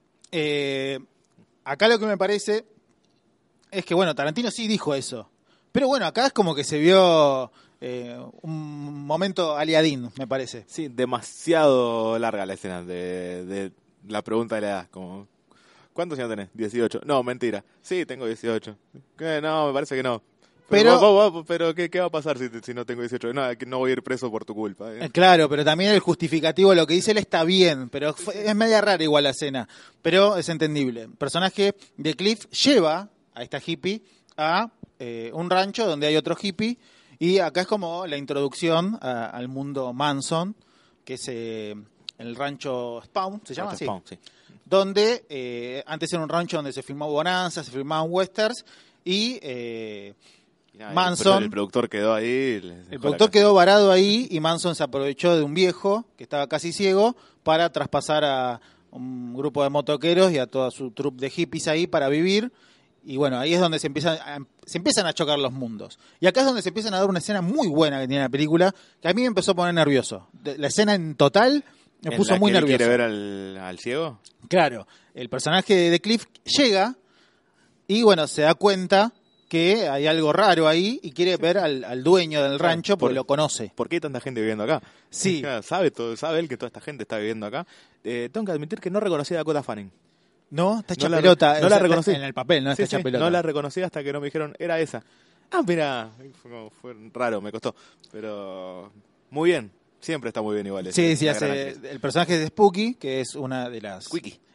[SPEAKER 2] Acá lo que me parece es que, bueno, Tarantino sí dijo eso. Pero bueno, acá es como que se vio un momento aliadín, me parece.
[SPEAKER 3] Sí, demasiado larga la escena de la pregunta de la edad. Como, ¿cuántos años tenés? 18. No, mentira. Sí, tengo 18. ¿Qué? No, me parece que no. Pero ¿qué va a pasar si no tengo 18? No, que no voy a ir preso por tu culpa.
[SPEAKER 2] Claro, pero también el justificativo, lo que dice él está bien, pero es media rara igual la escena. Pero es entendible. El personaje de Cliff lleva a esta hippie a un rancho donde hay otro hippie, y acá es como la introducción al mundo Manson, que es el rancho Spawn, ¿se llama así?
[SPEAKER 3] Spawn, sí.
[SPEAKER 2] Donde antes era un rancho donde se filmaba Bonanza, se filmaban westerns, y Manson...
[SPEAKER 3] El productor quedó ahí.
[SPEAKER 2] El productor quedó varado ahí, y Manson se aprovechó de un viejo que estaba casi ciego para traspasar a un grupo de motoqueros y a toda su troupe de hippies ahí para vivir. Y bueno, ahí es donde se empiezan a chocar los mundos. Y acá es donde se empiezan a dar una escena muy buena que tiene la película, que a mí me empezó a poner nervioso. La escena en total me puso muy nervioso.
[SPEAKER 3] ¿Quiere ver al ciego?
[SPEAKER 2] Claro, el personaje de Cliff llega y bueno, se da cuenta que hay algo raro ahí y quiere ver al dueño del rancho porque lo conoce.
[SPEAKER 3] ¿Por qué hay tanta gente viviendo acá?
[SPEAKER 2] Sí.
[SPEAKER 3] Sabe él que toda esta gente está viviendo acá. Tengo que admitir que no reconocí a Dakota Fanning.
[SPEAKER 2] No, está hecha pelota.
[SPEAKER 3] No la reconocí.
[SPEAKER 2] En el papel, no está hecha pelota.
[SPEAKER 3] No la reconocí hasta que no me dijeron, era esa. Ah, mira, fue raro, me costó. Pero muy bien, siempre está muy bien igual.
[SPEAKER 2] Sí, hace el personaje de Spooky, que es una de las...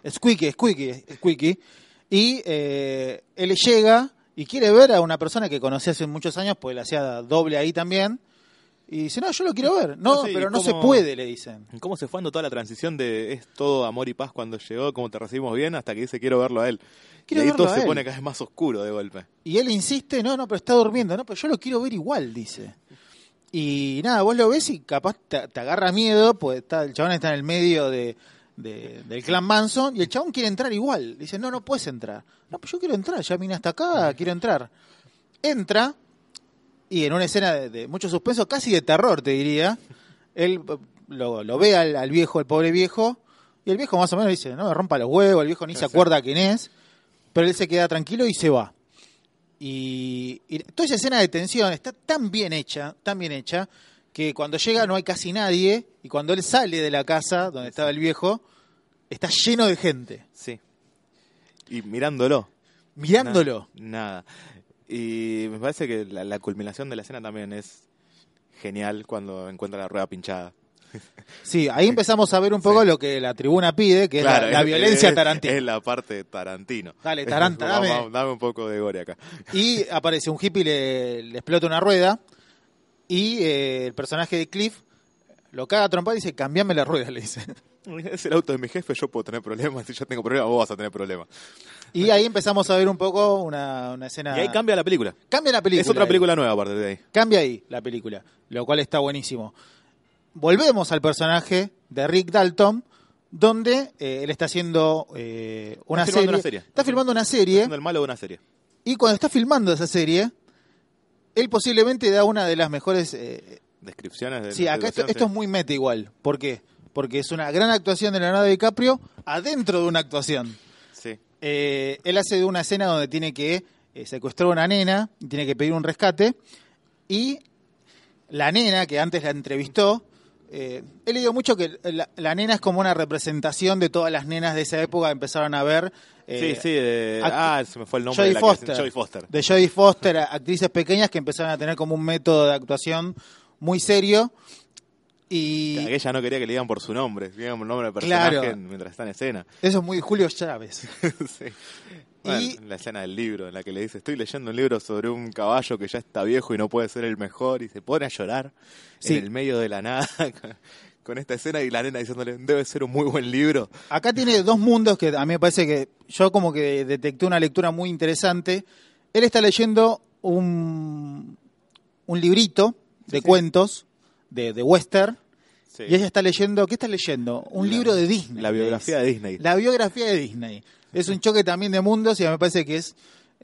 [SPEAKER 2] Squeaky. Y él llega y quiere ver a una persona que conocí hace muchos años, pues le hacía doble ahí también. Y dice, no, yo lo quiero ver. No,
[SPEAKER 3] sí,
[SPEAKER 2] pero no se puede, le dicen.
[SPEAKER 3] ¿Cómo se fue dando toda la transición de es todo amor y paz cuando llegó, cómo te recibimos bien, hasta que dice quiero verlo a él? Y ahí todo se pone cada vez más oscuro de golpe.
[SPEAKER 2] Y él insiste, no, pero está durmiendo. No, pero yo lo quiero ver igual, dice. Y nada, vos lo ves y capaz te agarra miedo, pues el chabón está en el medio del clan Manson y el chabón quiere entrar igual. Dice, no puedes entrar. No, pues yo quiero entrar, ya vine hasta acá, quiero entrar. Entra y en una escena de mucho suspenso, casi de terror, te diría, él lo ve al viejo, el pobre viejo, y el viejo más o menos dice, no me rompa los huevos, el viejo ni se acuerda quién es, pero él se queda tranquilo y se va. Y toda esa escena de tensión está tan bien hecha, que cuando llega no hay casi nadie, y cuando él sale de la casa donde estaba el viejo, está lleno de gente.
[SPEAKER 3] Sí. Y mirándolo. Nada. Y me parece que la culminación de la escena también es genial cuando encuentra la rueda pinchada.
[SPEAKER 2] Sí, ahí empezamos a ver un poco lo que la tribuna pide, que claro, es la violencia Tarantino.
[SPEAKER 3] Es la parte de Tarantino.
[SPEAKER 2] Dale, dame
[SPEAKER 3] un poco de gore acá.
[SPEAKER 2] Y aparece un hippie, le explota una rueda, y el personaje de Cliff lo caga a trompar y dice, cambiame la rueda, le dice.
[SPEAKER 3] Es el auto de mi jefe, yo puedo tener problemas, si yo tengo problemas, vos vas a tener problemas.
[SPEAKER 2] Y ahí empezamos a ver un poco una escena...
[SPEAKER 3] Y ahí cambia la película.
[SPEAKER 2] Es
[SPEAKER 3] otra película nueva a partir de ahí.
[SPEAKER 2] Cambia ahí la película, lo cual está buenísimo. Volvemos al personaje de Rick Dalton, donde él está haciendo una serie. Está filmando una serie.
[SPEAKER 3] Está haciendo el malo de una serie.
[SPEAKER 2] Y cuando está filmando esa serie, él posiblemente da una de las mejores...
[SPEAKER 3] descripciones de...
[SPEAKER 2] Sí, acá esto es muy meta igual. ¿Por qué? Porque es una gran actuación de Leonardo DiCaprio adentro de una actuación.
[SPEAKER 3] Sí.
[SPEAKER 2] Él hace de una escena donde tiene que secuestrar a una nena, y tiene que pedir un rescate, y la nena, que antes la entrevistó, he leído mucho que la nena es como una representación de todas las nenas de esa época que empezaron a ver.
[SPEAKER 3] Se me fue el nombre
[SPEAKER 2] Jodie
[SPEAKER 3] de
[SPEAKER 2] Foster.
[SPEAKER 3] Foster.
[SPEAKER 2] De Jodie Foster, actrices pequeñas que empezaron a tener como un método de actuación muy serio. Y
[SPEAKER 3] que ella no quería que le digan por su nombre, digan el nombre del personaje, claro, mientras está en escena.
[SPEAKER 2] Eso es muy Julio Chávez.
[SPEAKER 3] Sí. Bueno, y la escena del libro, en la que le dice, estoy leyendo un libro sobre un caballo que ya está viejo y no puede ser el mejor, y se pone a llorar en el medio de la nada con esta escena, y la nena diciéndole, debe ser un muy buen libro.
[SPEAKER 2] Acá tiene dos mundos que a mí me parece que yo como que detecté una lectura muy interesante. Él está leyendo un librito de cuentos de western. Sí. Y ella está leyendo, ¿qué está leyendo? Un libro de Disney.
[SPEAKER 3] La biografía de Disney.
[SPEAKER 2] La biografía de Disney. Es un choque también de mundos y a mí me parece que es...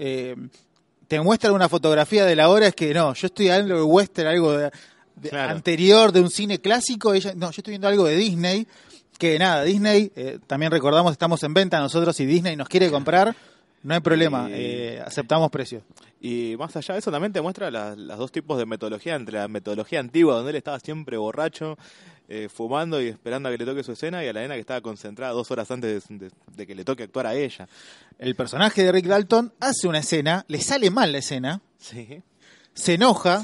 [SPEAKER 2] te muestra una fotografía de la hora, es que no, yo estoy hablando de western, algo claro, anterior, de un cine clásico. Ella, no, yo estoy viendo algo de Disney. Que nada, Disney, también recordamos, estamos en venta nosotros, si Disney nos quiere comprar, no hay problema, aceptamos precios.
[SPEAKER 3] Y más allá de eso también te muestra los dos tipos de metodología, entre la metodología antigua, donde él estaba siempre borracho, fumando y esperando a que le toque su escena, y a la nena que estaba concentrada 2 horas antes de que le toque actuar a ella.
[SPEAKER 2] El personaje de Rick Dalton hace una escena, le sale mal la escena,
[SPEAKER 3] sí,
[SPEAKER 2] se enoja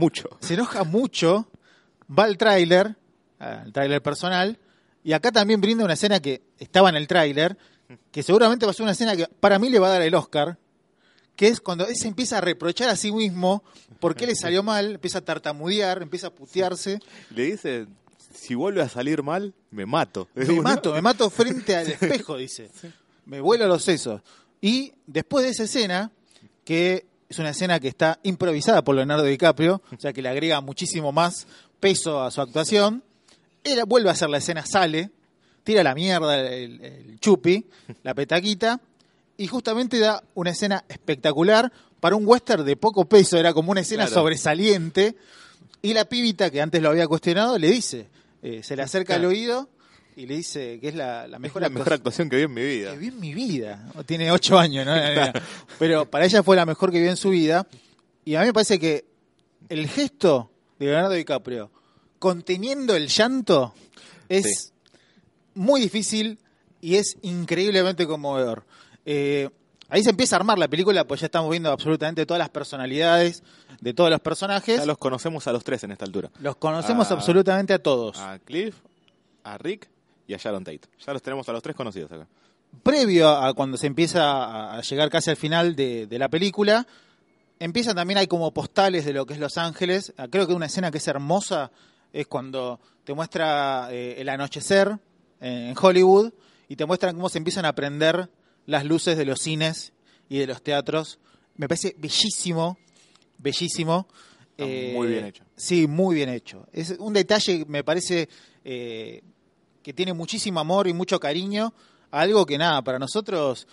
[SPEAKER 3] mucho,
[SPEAKER 2] va al tráiler personal, y acá también brinda una escena que estaba en el tráiler, que seguramente va a ser una escena que para mí le va a dar el Oscar, que es cuando él se empieza a reprochar a sí mismo por qué le salió mal, empieza a tartamudear, empieza a putearse.
[SPEAKER 3] Le dice, si vuelve a salir mal, me mato.
[SPEAKER 2] Me mato frente al espejo, dice. Sí. Me vuelo los sesos. Y después de esa escena, que es una escena que está improvisada por Leonardo DiCaprio, o sea que le agrega muchísimo más peso a su actuación, él vuelve a hacer la escena, sale, tira la mierda el chupi, la petaquita, y justamente da una escena espectacular para un western de poco peso, era como una escena sobresaliente, y la pibita que antes lo había cuestionado le dice, se le acerca al oído y le dice que es la
[SPEAKER 3] Es
[SPEAKER 2] mejor
[SPEAKER 3] la mejor actuación que vi en mi vida.
[SPEAKER 2] que vi en mi vida. Tiene 8 años, ¿no? Pero para ella fue la mejor que vio en su vida. Y a mí me parece que el gesto de Leonardo DiCaprio conteniendo el llanto es muy difícil y es increíblemente conmovedor. Ahí se empieza a armar la película, pues ya estamos viendo absolutamente todas las personalidades de todos los personajes.
[SPEAKER 3] Ya los conocemos a los tres en esta altura.
[SPEAKER 2] Los conocemos absolutamente a todos.
[SPEAKER 3] A Cliff, a Rick y a Sharon Tate. Ya los tenemos a los tres conocidos acá.
[SPEAKER 2] Previo a cuando se empieza a llegar casi al final de la película, empiezan también, hay como postales de lo que es Los Ángeles. Creo que una escena que es hermosa es cuando te muestra el anochecer en Hollywood y te muestran cómo se empiezan a prender las luces de los cines y de los teatros. Me parece bellísimo, bellísimo.
[SPEAKER 3] Muy bien hecho.
[SPEAKER 2] Sí, muy bien hecho. Es un detalle, me parece, que tiene muchísimo amor y mucho cariño. Algo que nada, para nosotros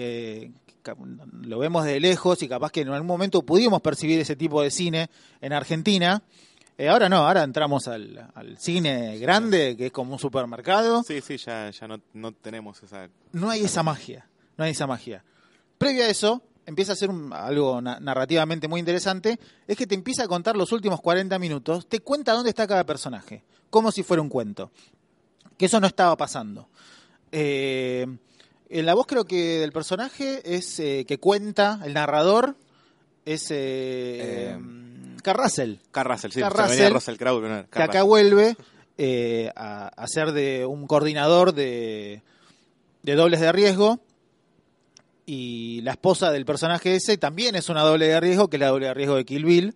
[SPEAKER 2] lo vemos de lejos y capaz que en algún momento pudimos percibir ese tipo de cine en Argentina. Ahora no, ahora entramos al cine grande, que es como un supermercado.
[SPEAKER 3] Sí, ya no tenemos esa...
[SPEAKER 2] No hay esa magia, no hay esa magia. Previo a eso, empieza a ser algo narrativamente muy interesante, es que te empieza a contar los últimos 40 minutos, te cuenta dónde está cada personaje, como si fuera un cuento. Que eso no estaba pasando. La voz creo que del personaje es que cuenta, el narrador es Carl Russell.
[SPEAKER 3] Carl Russell, sí,
[SPEAKER 2] Carl
[SPEAKER 3] se venía
[SPEAKER 2] Russell,
[SPEAKER 3] Russell Crowe, no,
[SPEAKER 2] que acá vuelve a ser de un coordinador de dobles de riesgo, y la esposa del personaje ese también es una doble de riesgo, que es la doble de riesgo de Kill Bill.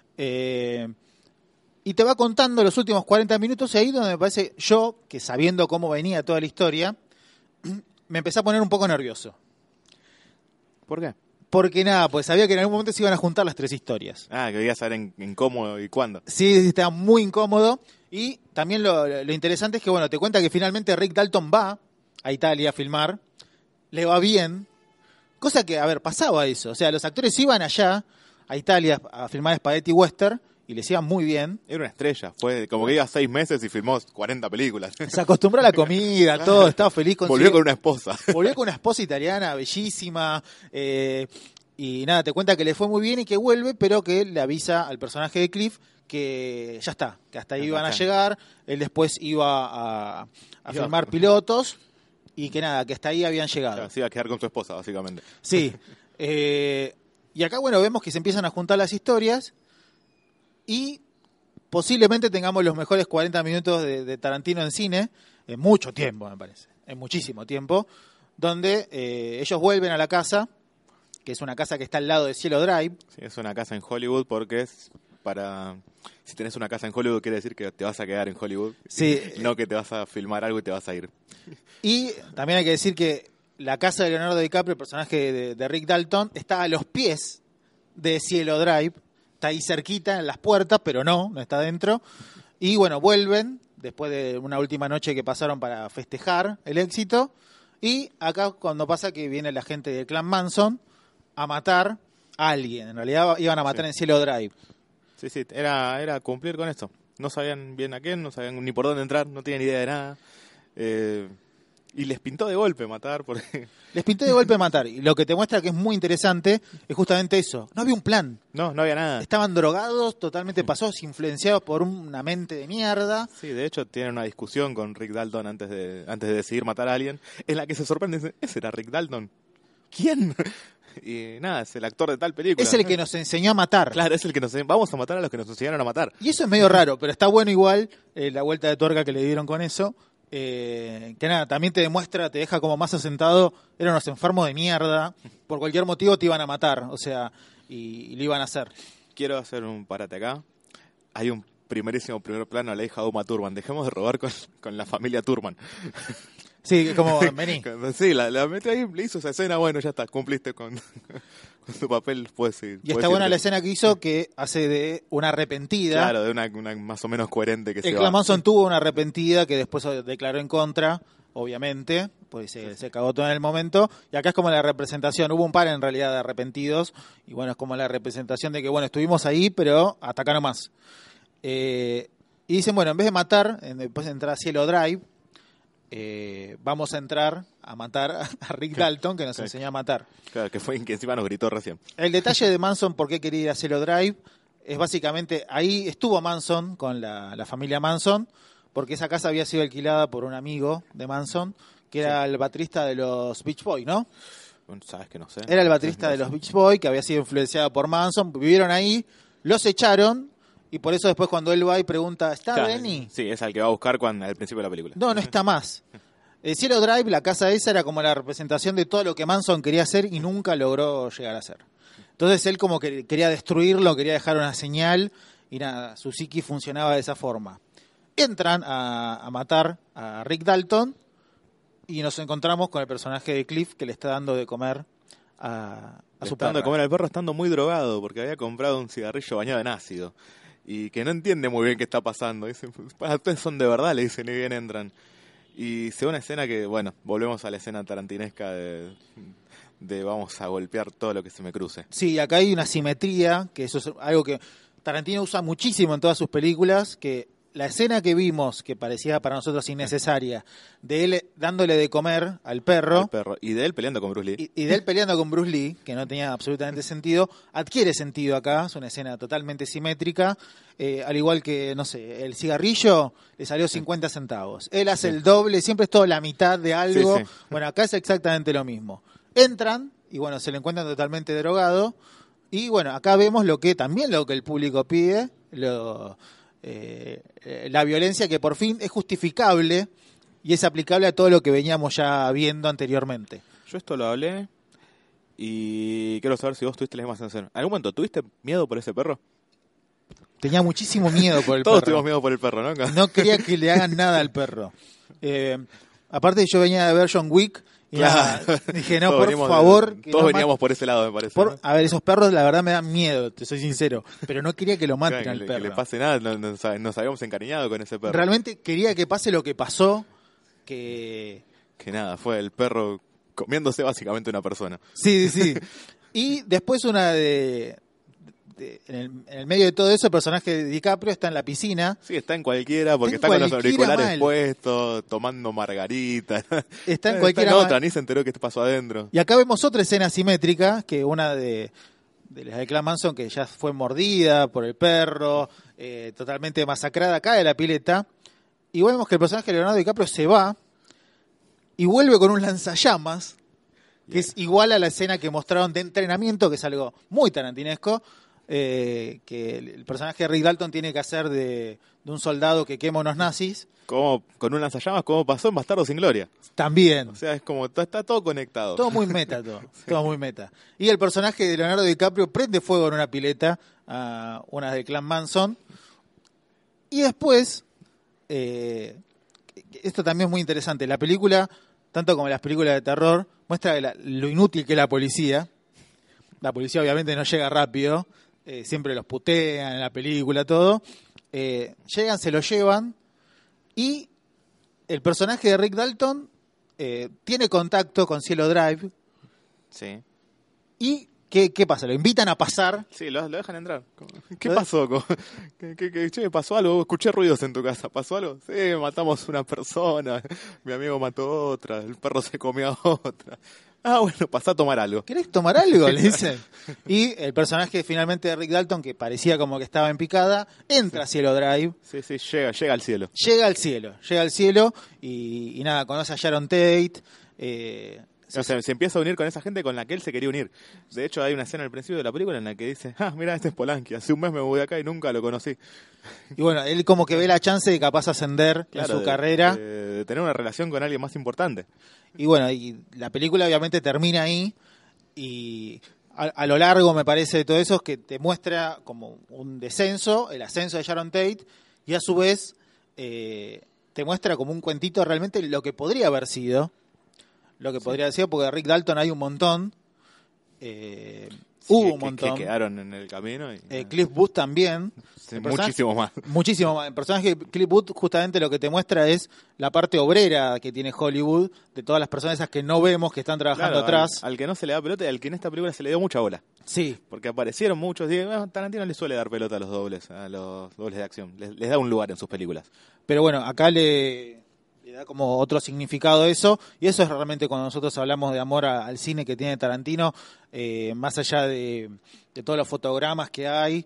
[SPEAKER 2] Y te va contando los últimos 40 minutos, y ahí donde me parece, yo, que sabiendo cómo venía toda la historia, me empecé a poner un poco nervioso.
[SPEAKER 3] ¿Por qué?
[SPEAKER 2] Porque nada, pues sabía que en algún momento se iban a juntar las tres historias.
[SPEAKER 3] Que quería saber en cómo y cuándo.
[SPEAKER 2] Sí, estaba muy incómodo. Y también lo interesante es que, bueno, te cuenta que finalmente Rick Dalton va a Italia a filmar, le va bien, cosa que, a ver, pasaba eso. O sea, los actores iban allá a Italia a filmar Spaghetti Western y les iba muy bien.
[SPEAKER 3] Era una estrella, fue como que iba 6 meses y filmó 40 películas.
[SPEAKER 2] Se acostumbró a la comida, todo, estaba feliz con
[SPEAKER 3] Volvió con una esposa.
[SPEAKER 2] Volvió con una esposa italiana bellísima, y nada, te cuenta que le fue muy bien y que vuelve, pero que le avisa al personaje de Cliff que ya está, que hasta ahí iban a llegar. Él después iba a filmar pilotos y que nada, que hasta ahí habían llegado.
[SPEAKER 3] Claro, se iba a quedar con su esposa, básicamente.
[SPEAKER 2] Sí. Y acá, bueno, vemos que se empiezan a juntar las historias y posiblemente tengamos los mejores 40 minutos de Tarantino en cine, en mucho tiempo, me parece, en muchísimo tiempo, donde ellos vuelven a la casa, que es una casa que está al lado de Cielo Drive.
[SPEAKER 3] Sí, es una casa en Hollywood porque es para... Si tenés una casa en Hollywood quiere decir que te vas a quedar en Hollywood,
[SPEAKER 2] Sí.
[SPEAKER 3] no que te vas a filmar algo y te vas a ir.
[SPEAKER 2] Y también hay que decir que la casa de Leonardo DiCaprio, el personaje de Rick Dalton, está a los pies de Cielo Drive, está ahí cerquita en las puertas, pero no está dentro. Y bueno, vuelven después de una última noche que pasaron para festejar el éxito. Y acá cuando pasa que viene la gente del clan Manson a matar a alguien. En realidad iban a matar en Cielo Drive.
[SPEAKER 3] Sí, era cumplir con esto. No sabían bien a quién, no sabían ni por dónde entrar, no tenían idea de nada. Y les pintó de golpe matar. Porque...
[SPEAKER 2] Les pintó de golpe matar. Y lo que te muestra que es muy interesante es justamente eso. No había un plan.
[SPEAKER 3] No había nada.
[SPEAKER 2] Estaban drogados, totalmente pasados, influenciados por una mente de mierda.
[SPEAKER 3] Sí, de hecho tienen una discusión con Rick Dalton antes de decidir matar a alguien, en la que se sorprenden. ¿Ese era Rick Dalton? ¿Quién? Y nada, es el actor de tal película.
[SPEAKER 2] Es el que nos enseñó a matar.
[SPEAKER 3] Claro, es el que vamos a matar a los que nos enseñaron a matar.
[SPEAKER 2] Y eso es medio raro, pero está bueno igual la vuelta de tuerca que le dieron con eso. Que nada, también te demuestra, te deja como más asentado, eran unos enfermos de mierda, por cualquier motivo te iban a matar, o sea, y lo iban a hacer.
[SPEAKER 3] Quiero hacer un parate acá. Hay un primer plano a la hija de Uma Thurman. Dejemos de robar con la familia Thurman.
[SPEAKER 2] Sí, como vení.
[SPEAKER 3] Sí, la metió ahí, le hizo esa escena, bueno, ya está, cumpliste con tu papel, puedes seguir.
[SPEAKER 2] Y está buena la escena que hizo, que hace de una arrepentida.
[SPEAKER 3] Claro, de una más o menos coherente que se va.
[SPEAKER 2] El Clan Manson tuvo una arrepentida que después declaró en contra, obviamente, pues se cagó todo en el momento. Y acá es como la representación, hubo un par en realidad de arrepentidos, y bueno, es como la representación de que, bueno, estuvimos ahí, pero hasta acá nomás. Y dicen, bueno, en vez de matar, después de entrar a Cielo Drive, vamos a entrar a matar a Rick Dalton, que nos enseñó a matar.
[SPEAKER 3] Claro, que encima nos gritó recién.
[SPEAKER 2] El detalle de Manson, por qué quería ir a Zero Drive, es básicamente, ahí estuvo Manson con la familia Manson, porque esa casa había sido alquilada por un amigo de Manson, que era el baterista de los Beach Boys, ¿no?
[SPEAKER 3] Sabes que no sé.
[SPEAKER 2] Era el baterista de los Beach Boys, que había sido influenciado por Manson, vivieron ahí, los echaron, y por eso después cuando él va y pregunta, ¿está
[SPEAKER 3] Claro,
[SPEAKER 2] Benny?
[SPEAKER 3] Sí, es al que va a buscar al principio de la película.
[SPEAKER 2] No está más. Zero Drive, la casa esa, era como la representación de todo lo que Manson quería hacer y nunca logró llegar a hacer. Entonces él como que quería destruirlo, quería dejar una señal, y nada, su psiqui funcionaba de esa forma. Entran a matar a Rick Dalton, y nos encontramos con el personaje de Cliff que le está dando de comer a su perra.
[SPEAKER 3] Dando de comer al perro estando muy drogado porque había comprado un cigarrillo bañado en ácido y que no entiende muy bien qué está pasando. Dicen, ustedes son de verdad, le dicen, y bien entran. Y se ve una escena que, bueno, volvemos a la escena tarantinesca de vamos a golpear todo lo que se me cruce.
[SPEAKER 2] Sí, acá hay una simetría, que eso es algo que Tarantino usa muchísimo en todas sus películas, que la escena que vimos, que parecía para nosotros innecesaria, de él dándole de comer al perro,
[SPEAKER 3] y de él peleando con Bruce Lee.
[SPEAKER 2] y de él peleando con Bruce Lee, que no tenía absolutamente sentido, adquiere sentido acá, es una escena totalmente simétrica, al igual que, no sé, el cigarrillo le salió 50 centavos, él hace el doble, siempre es todo la mitad de algo,
[SPEAKER 3] Sí.
[SPEAKER 2] Bueno, acá es exactamente lo mismo. Entran, y bueno, se le encuentran totalmente drogado, y bueno, acá vemos lo que el público pide, la violencia que por fin es justificable y es aplicable a todo lo que veníamos ya viendo anteriormente.
[SPEAKER 3] Yo esto lo hablé y quiero saber si vos tuviste la misma sensación. ¿En algún momento tuviste miedo por ese perro?
[SPEAKER 2] Tenía muchísimo miedo por el
[SPEAKER 3] Todos
[SPEAKER 2] perro.
[SPEAKER 3] tuvimos miedo por el perro, ¿no?
[SPEAKER 2] No quería que le hagan nada al perro. Aparte yo venía de ver John Wick y dije, no, por favor.
[SPEAKER 3] Todos veníamos por ese lado, me parece. ¿No?
[SPEAKER 2] A ver, esos perros la verdad me dan miedo, te soy sincero, pero no quería que lo maten al perro.
[SPEAKER 3] Que le pase nada, nos habíamos encariñado con ese perro.
[SPEAKER 2] Realmente quería que pase lo que pasó, que
[SPEAKER 3] nada, fue el perro comiéndose básicamente una persona.
[SPEAKER 2] Sí. Y después en el medio de todo eso, el personaje de DiCaprio está en la piscina.
[SPEAKER 3] Sí, está en cualquiera, porque
[SPEAKER 2] Está
[SPEAKER 3] está
[SPEAKER 2] en
[SPEAKER 3] con los
[SPEAKER 2] cualquiera
[SPEAKER 3] auriculares
[SPEAKER 2] mal.
[SPEAKER 3] puestos, tomando margarita.
[SPEAKER 2] Está en cualquiera
[SPEAKER 3] en
[SPEAKER 2] mal.
[SPEAKER 3] otra, ni se enteró que pasó adentro.
[SPEAKER 2] Y acá vemos otra escena simétrica, que una de las de Clan Manson, que ya fue mordida por el perro, totalmente masacrada, cae de la pileta. Y vemos que el personaje de Leonardo DiCaprio se va y vuelve con un lanzallamas, que es igual a la escena que mostraron de entrenamiento, que es algo muy tarantinesco, que el personaje de Rick Dalton tiene que hacer de un soldado que quema unos nazis.
[SPEAKER 3] Como con un lanzallamas, como pasó en Bastardo sin Gloria.
[SPEAKER 2] También.
[SPEAKER 3] O sea, es como, está todo conectado.
[SPEAKER 2] Todo muy meta, todo muy meta. Y el personaje de Leonardo DiCaprio prende fuego en una pileta a una del Clan Manson. Y después, esto también es muy interesante, la película, tanto como las películas de terror, muestra lo inútil que es la policía. La policía obviamente no llega rápido, siempre los putean en la película, todo. Llegan, se lo llevan, y el personaje de Rick Dalton tiene contacto con Cielo Drive.
[SPEAKER 3] Sí.
[SPEAKER 2] ¿Y qué pasa? Lo invitan a pasar.
[SPEAKER 3] Sí, lo dejan entrar. ¿Qué pasó? Che, ¿pasó algo? Escuché ruidos en tu casa. ¿Pasó algo? Sí, matamos una persona. Mi amigo mató a otra. El perro se comió a otra. Ah, bueno, pasá a tomar algo.
[SPEAKER 2] ¿Querés tomar algo? Le dicen. Y el personaje finalmente de Rick Dalton, que parecía como que estaba en picada, entra a Cielo Drive.
[SPEAKER 3] Sí, llega al cielo.
[SPEAKER 2] Llega al cielo y nada, conoce a Sharon Tate.
[SPEAKER 3] O sea, se empieza a unir con esa gente con la que él se quería unir. De hecho, hay una escena al principio de la película en la que dice, mira, este es Polanski, hace un mes me voy de acá y nunca lo conocí.
[SPEAKER 2] Y bueno, él como que ve la chance de capaz ascender en su carrera.
[SPEAKER 3] De tener una relación con alguien más importante.
[SPEAKER 2] Y bueno, y la película obviamente termina ahí, y a lo largo, me parece, de todo eso, es que te muestra como un descenso, el ascenso de Sharon Tate, y a su vez te muestra como un cuentito realmente lo que podría haber sido. Podría haber sido, porque de Rick Dalton hay un montón. Hubo un montón.
[SPEAKER 3] Que quedaron en el camino. Y,
[SPEAKER 2] Cliff Booth también.
[SPEAKER 3] Sí, muchísimo más.
[SPEAKER 2] Muchísimo más. El personaje de Cliff Booth justamente lo que te muestra es la parte obrera que tiene Hollywood, de todas las personas esas que no vemos, que están trabajando atrás.
[SPEAKER 3] Al que no se le da pelota y al que en esta película se le dio mucha bola.
[SPEAKER 2] Sí.
[SPEAKER 3] Porque aparecieron muchos. Tarantino le suele dar pelota a los dobles de acción. Les da un lugar en sus películas.
[SPEAKER 2] Pero bueno, acá le le da como otro significado eso, y eso es realmente cuando nosotros hablamos de amor al cine que tiene Tarantino, más allá de todos los fotogramas que hay,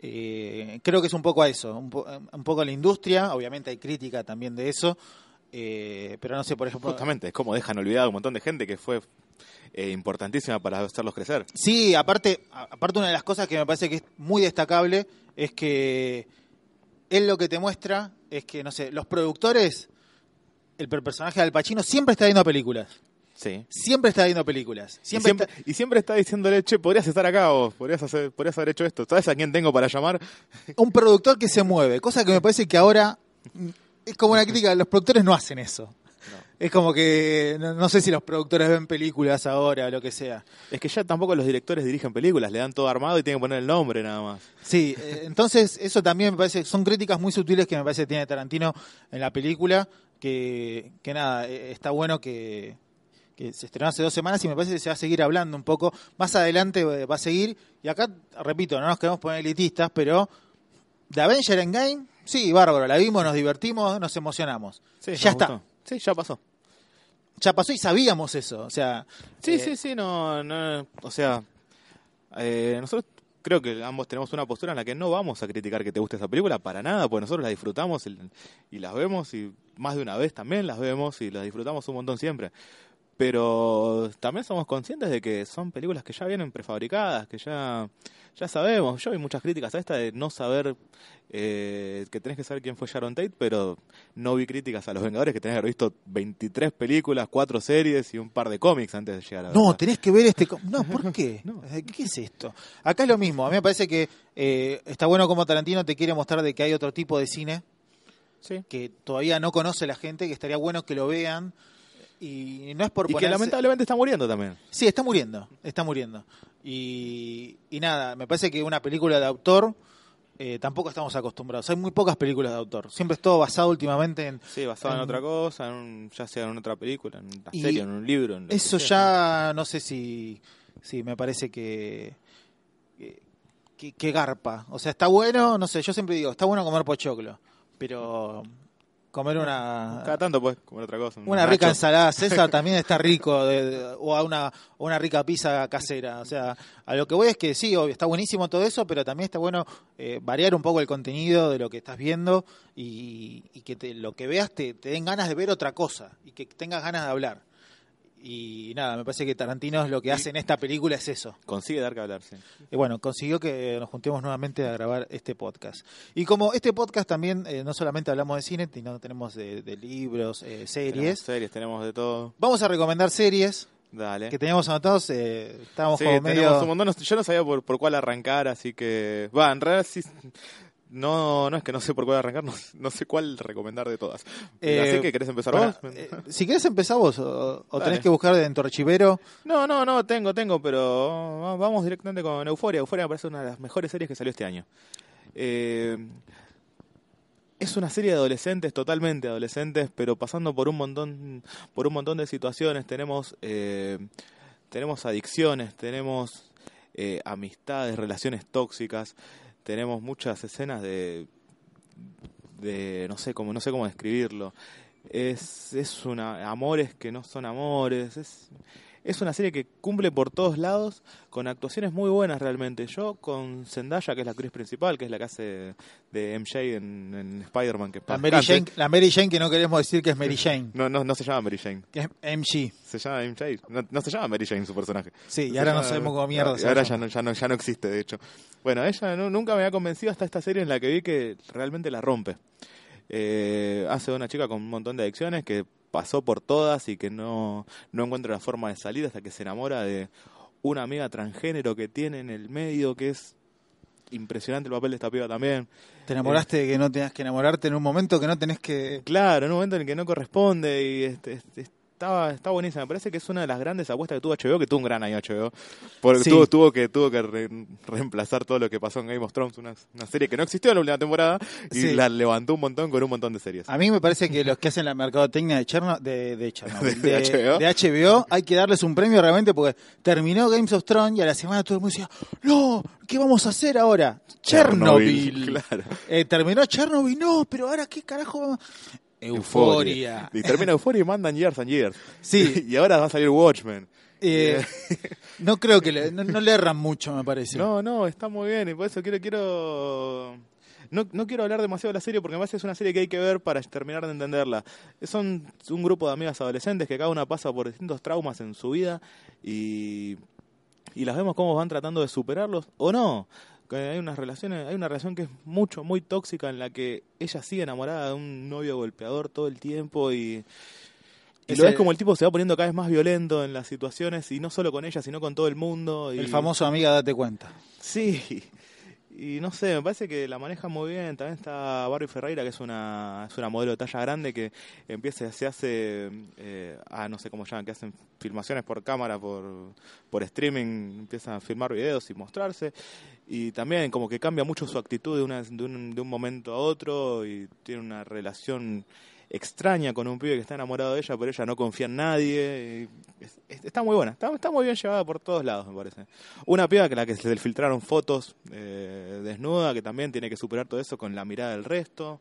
[SPEAKER 2] creo que es un poco a eso, un poco a la industria, obviamente hay crítica también de eso, pero no sé, por ejemplo...
[SPEAKER 3] Justamente, es como dejan olvidado a un montón de gente que fue importantísima para hacerlos crecer.
[SPEAKER 2] Sí, aparte una de las cosas que me parece que es muy destacable es que él lo que te muestra es que, no sé, los productores, el personaje de Al Pacino siempre está viendo películas.
[SPEAKER 3] Sí.
[SPEAKER 2] Siempre está viendo películas.
[SPEAKER 3] Y siempre está diciéndole, che, podrías estar acá vos, podrías haber hecho esto. ¿Sabes a quién tengo para llamar?
[SPEAKER 2] Un productor que se mueve, cosa que me parece que ahora es como una crítica, los productores no hacen eso.
[SPEAKER 3] No.
[SPEAKER 2] Es como que, no sé si los productores ven películas ahora o lo que sea.
[SPEAKER 3] Es que ya tampoco los directores dirigen películas, le dan todo armado y tienen que poner el nombre nada más.
[SPEAKER 2] Sí, entonces eso también me parece, son críticas muy sutiles que me parece que tiene Tarantino en la película, que nada, está bueno que se estrenó hace 2 semanas y me parece que se va a seguir hablando un poco. Más adelante va a seguir, y acá, repito, no nos queremos poner elitistas, pero The Avenger Endgame, sí, bárbaro, la vimos, nos divertimos, nos emocionamos.
[SPEAKER 3] Sí,
[SPEAKER 2] ya
[SPEAKER 3] nos
[SPEAKER 2] está.
[SPEAKER 3] gustó. Sí, ya pasó.
[SPEAKER 2] Ya pasó y sabíamos eso, o sea...
[SPEAKER 3] Sí, no, o sea, nosotros creo que ambos tenemos una postura en la que no vamos a criticar que te guste esa película para nada, porque nosotros la disfrutamos y las vemos, y más de una vez también las vemos y las disfrutamos un montón siempre. Pero también somos conscientes de que son películas que ya vienen prefabricadas, que ya sabemos. Yo vi muchas críticas a esta de no saber, que tenés que saber quién fue Sharon Tate, pero no vi críticas a Los Vengadores, que tenés que haber visto 23 películas, 4 series y un par de cómics antes de llegar a
[SPEAKER 2] No,
[SPEAKER 3] verla.
[SPEAKER 2] tenés que ver No, ¿por qué?
[SPEAKER 3] No.
[SPEAKER 2] ¿Qué es esto? Acá es lo mismo. A mí me parece que está bueno como Tarantino te quiere mostrar de que hay otro tipo de cine
[SPEAKER 3] Sí.
[SPEAKER 2] que todavía no conoce la gente, que estaría bueno que lo vean. Y no es por
[SPEAKER 3] Y
[SPEAKER 2] ponerse...
[SPEAKER 3] que lamentablemente está muriendo también.
[SPEAKER 2] Sí, está muriendo. Y nada, me parece que una película de autor tampoco estamos acostumbrados. Hay muy pocas películas de autor. Siempre es todo basado últimamente en...
[SPEAKER 3] Sí, basado en otra cosa, ya sea en otra película, en una
[SPEAKER 2] Y
[SPEAKER 3] serie, en un libro. En lo
[SPEAKER 2] eso
[SPEAKER 3] que sea.
[SPEAKER 2] ya no sé si me parece que garpa. O sea, está bueno, no sé, yo siempre digo, está bueno comer pochoclo, pero comer
[SPEAKER 3] Cada tanto puedes comer otra cosa.
[SPEAKER 2] una rica ensalada César también está rico, o a una rica pizza casera. O sea, a lo que voy es que sí, obvio, está buenísimo todo eso, pero también está bueno variar un poco el contenido de lo que estás viendo y que lo que veas te den ganas de ver otra cosa y que tengas ganas de hablar. Y nada, me parece que Tarantino es lo que hace en esta película es eso.
[SPEAKER 3] Consigue dar que hablar, sí.
[SPEAKER 2] Y bueno, consiguió que nos juntemos nuevamente a grabar este podcast. Y como este podcast también no solamente hablamos de cine, sino tenemos de libros, series.
[SPEAKER 3] Tenemos de todo.
[SPEAKER 2] Vamos a recomendar series
[SPEAKER 3] Dale.
[SPEAKER 2] que teníamos anotados. Estábamos
[SPEAKER 3] Sí,
[SPEAKER 2] como
[SPEAKER 3] tenemos
[SPEAKER 2] medio...
[SPEAKER 3] un montón. Yo no sabía por cuál arrancar, así que... Va, en realidad sí... No es que no sé por cuál arrancar, no sé cuál recomendar de todas. Así que, ¿querés empezar vos?
[SPEAKER 2] Si querés empezar vos, o
[SPEAKER 3] Dale.
[SPEAKER 2] tenés que buscar en tu archivero.
[SPEAKER 3] No, tengo, pero vamos directamente con Euphoria. Euphoria me parece una de las mejores series que salió este año. Es una serie de adolescentes, totalmente adolescentes, pero pasando por un montón de situaciones. Tenemos adicciones, tenemos amistades, relaciones tóxicas. Tenemos muchas escenas de no sé cómo describirlo. Es amores que no son amores. Es una serie que cumple por todos lados, con actuaciones muy buenas realmente. Yo con Zendaya, que es la actriz principal, que es la que hace de MJ en Spider-Man, que
[SPEAKER 2] La Mary Jane, que no queremos decir que es Mary Jane,
[SPEAKER 3] no se llama Mary Jane,
[SPEAKER 2] que es MG.
[SPEAKER 3] se llama MJ. No se llama Mary Jane su personaje.
[SPEAKER 2] Sí, y ahora no sabemos cómo mierda se
[SPEAKER 3] Ahora
[SPEAKER 2] llama.
[SPEAKER 3] ya no existe, de hecho. Bueno, ella nunca me había convencido hasta esta serie en la que vi que realmente la rompe. Hace de una chica con un montón de adicciones que pasó por todas y que no encuentra la forma de salir hasta que se enamora de una amiga transgénero que tiene en el medio, que es impresionante el papel de esta piba también.
[SPEAKER 2] Te enamoraste de que no tenías que enamorarte en un momento que no tenés que...
[SPEAKER 3] Claro, en un momento en el que no corresponde y está buenísima. Me parece que es una de las grandes apuestas que tuvo HBO, que tuvo un gran año HBO, porque
[SPEAKER 2] Sí.
[SPEAKER 3] tuvo que reemplazar todo lo que pasó en Game of Thrones, una serie que no existió en la última temporada y
[SPEAKER 2] Sí.
[SPEAKER 3] la levantó un montón con un montón de series.
[SPEAKER 2] A mí me parece que los que hacen la mercadotecnia de Chernobyl,
[SPEAKER 3] HBO.
[SPEAKER 2] de HBO, hay que darles un premio realmente porque terminó Games of Thrones y a la semana todo el mundo decía, no, ¿qué vamos a hacer ahora? Chernobyl.
[SPEAKER 3] Claro.
[SPEAKER 2] Terminó Chernobyl, no, pero ahora ¿qué carajo vamos? Euphoria.
[SPEAKER 3] Y termina Euphoria y mandan Years and Years.
[SPEAKER 2] Sí.
[SPEAKER 3] Y ahora va a salir Watchmen.
[SPEAKER 2] No creo que no le erran mucho, me parece.
[SPEAKER 3] No, está muy bien. Y por eso quiero... No quiero hablar demasiado de la serie porque me parece que es una serie que hay que ver para terminar de entenderla. Son un grupo de amigas adolescentes que cada una pasa por distintos traumas en su vida y las vemos cómo van tratando de superarlos o no. Hay una relación que es muy tóxica en la que ella sigue enamorada de un novio golpeador todo el tiempo y lo ves como el tipo se va poniendo cada vez más violento en las situaciones y no solo con ella sino con todo el mundo.
[SPEAKER 2] El famoso amiga, date cuenta.
[SPEAKER 3] Sí. Y no sé, me parece que la maneja muy bien. También está Barbie Ferreira, que es una modelo de talla grande que se hace, no sé cómo llaman, que hacen filmaciones por cámara, por streaming, empieza a filmar videos y mostrarse. Y también como que cambia mucho su actitud de un momento a otro y tiene una relación extraña con un pibe que está enamorado de ella, pero ella no confía en nadie. Está muy buena, está muy bien llevada por todos lados, me parece. Una piba que se le filtraron fotos desnuda, que también tiene que superar todo eso con la mirada del resto.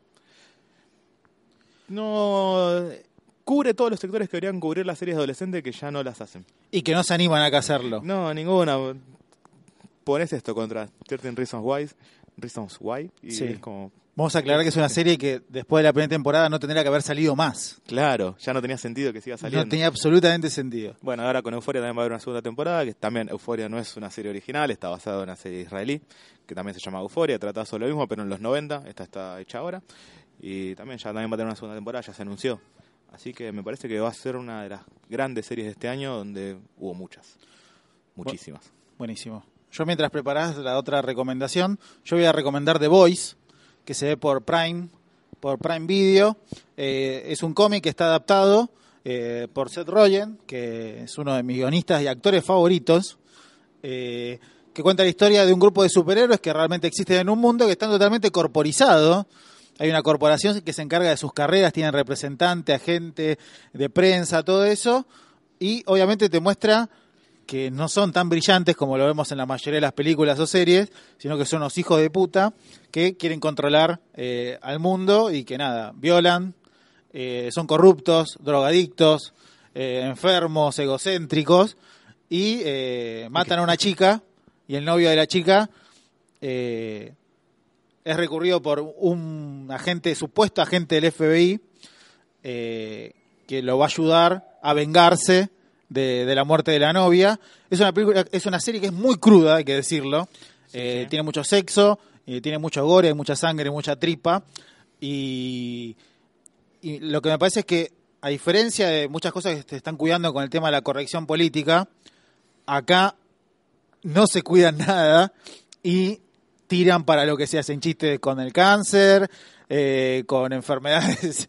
[SPEAKER 3] No cubre todos los sectores que deberían cubrir las series adolescentes que ya no las hacen.
[SPEAKER 2] Y que no se animan a hacerlo.
[SPEAKER 3] No, ninguna. Pones esto contra 13 Reasons Why y sí. Es como...
[SPEAKER 2] Vamos a aclarar que es una serie que después de la primera temporada no tendría que haber salido más.
[SPEAKER 3] Claro, ya no tenía sentido que siga saliendo.
[SPEAKER 2] No tenía absolutamente sentido.
[SPEAKER 3] Bueno, ahora con Euphoria también va a haber una segunda temporada, que también Euphoria no es una serie original, está basada en una serie israelí, que también se llama Euphoria, trata sobre lo mismo, pero en los 90, esta está hecha ahora. Y también va a tener una segunda temporada, ya se anunció. Así que me parece que va a ser una de las grandes series de este año, donde hubo muchísimas.
[SPEAKER 2] Buenísimo. Yo mientras preparás la otra recomendación, yo voy a recomendar The Voice, que se ve por Prime Video. Es un cómic que está adaptado por Seth Rogen, que es uno de mis guionistas y actores favoritos, que cuenta la historia de un grupo de superhéroes que realmente existen en un mundo que están totalmente corporizados. Hay una corporación que se encarga de sus carreras, tienen representante, agente de prensa, todo eso, y obviamente te muestra que no son tan brillantes como lo vemos en la mayoría de las películas o series, sino que son unos hijos de puta que quieren controlar al mundo y que violan, son corruptos, drogadictos, enfermos, egocéntricos y matan a una chica y el novio de la chica es recurrido por un supuesto agente del FBI que lo va a ayudar a vengarse de la muerte de la novia. Es una serie que es muy cruda, hay que decirlo. Sí. Tiene mucho sexo, tiene mucho gore, mucha sangre, mucha tripa. Y lo que me parece es que, a diferencia de muchas cosas que se están cuidando con el tema de la corrección política, acá no se cuidan nada y tiran para lo que se hacen chistes con el cáncer, con enfermedades,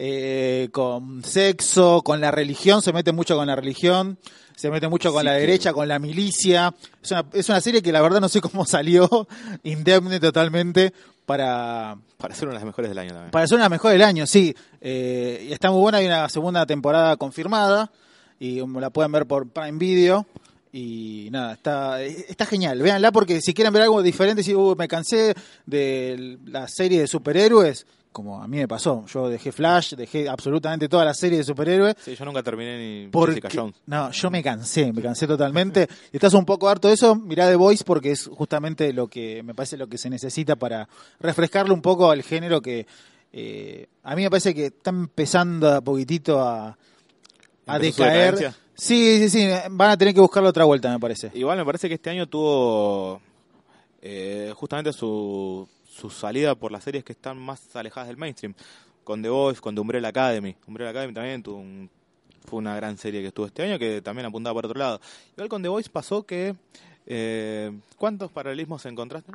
[SPEAKER 2] con sexo, con la religión, se mete mucho con la religión, se mete mucho con la derecha, con la milicia. Es una serie que la verdad no sé cómo salió, indemne totalmente para
[SPEAKER 3] ser una de las mejores del año también.
[SPEAKER 2] Para ser una de las mejores del año, sí. Y está muy buena, hay una segunda temporada confirmada y la pueden ver por Prime Video. Y está genial. Véanla porque si quieren ver algo diferente, si me cansé de la serie de superhéroes, como a mí me pasó. Yo dejé Flash, dejé absolutamente toda la serie de superhéroes.
[SPEAKER 3] Sí, yo nunca terminé ni
[SPEAKER 2] Jessica Jones. No, yo me cansé totalmente. Si estás un poco harto de eso, mirá The Voice porque es justamente lo que me parece lo que se necesita para refrescarle un poco al género que a mí me parece que está empezando a poquitito a decaer. Sí, van a tener que buscarle otra vuelta, me parece.
[SPEAKER 3] Igual me parece que este año tuvo justamente su salida por las series que están más alejadas del mainstream. Con The Voice, con The Umbrella Academy. Umbrella Academy también fue una gran serie que estuvo este año, que también apuntaba por otro lado. Igual con The Voice pasó que... ¿Cuántos paralelismos encontraste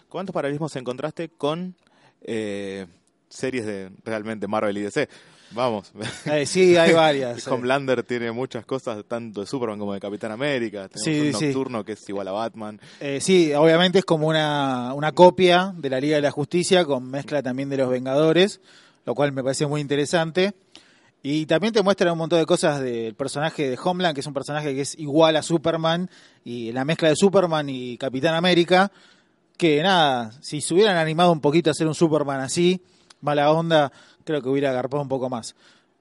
[SPEAKER 3] con series de realmente Marvel y DC? Vamos.
[SPEAKER 2] Sí, hay varias.
[SPEAKER 3] Homelander tiene muchas cosas, tanto de Superman como de Capitán América. Tenemos un Nocturno que es igual a Batman.
[SPEAKER 2] Sí, obviamente es como una copia de la Liga de la Justicia con mezcla también de los Vengadores, lo cual me parece muy interesante. Y también te muestran un montón de cosas del personaje de Homeland, que es un personaje que es igual a Superman, y la mezcla de Superman y Capitán América, que si se hubieran animado un poquito a hacer un Superman así, mala onda, creo que hubiera agarpado un poco más.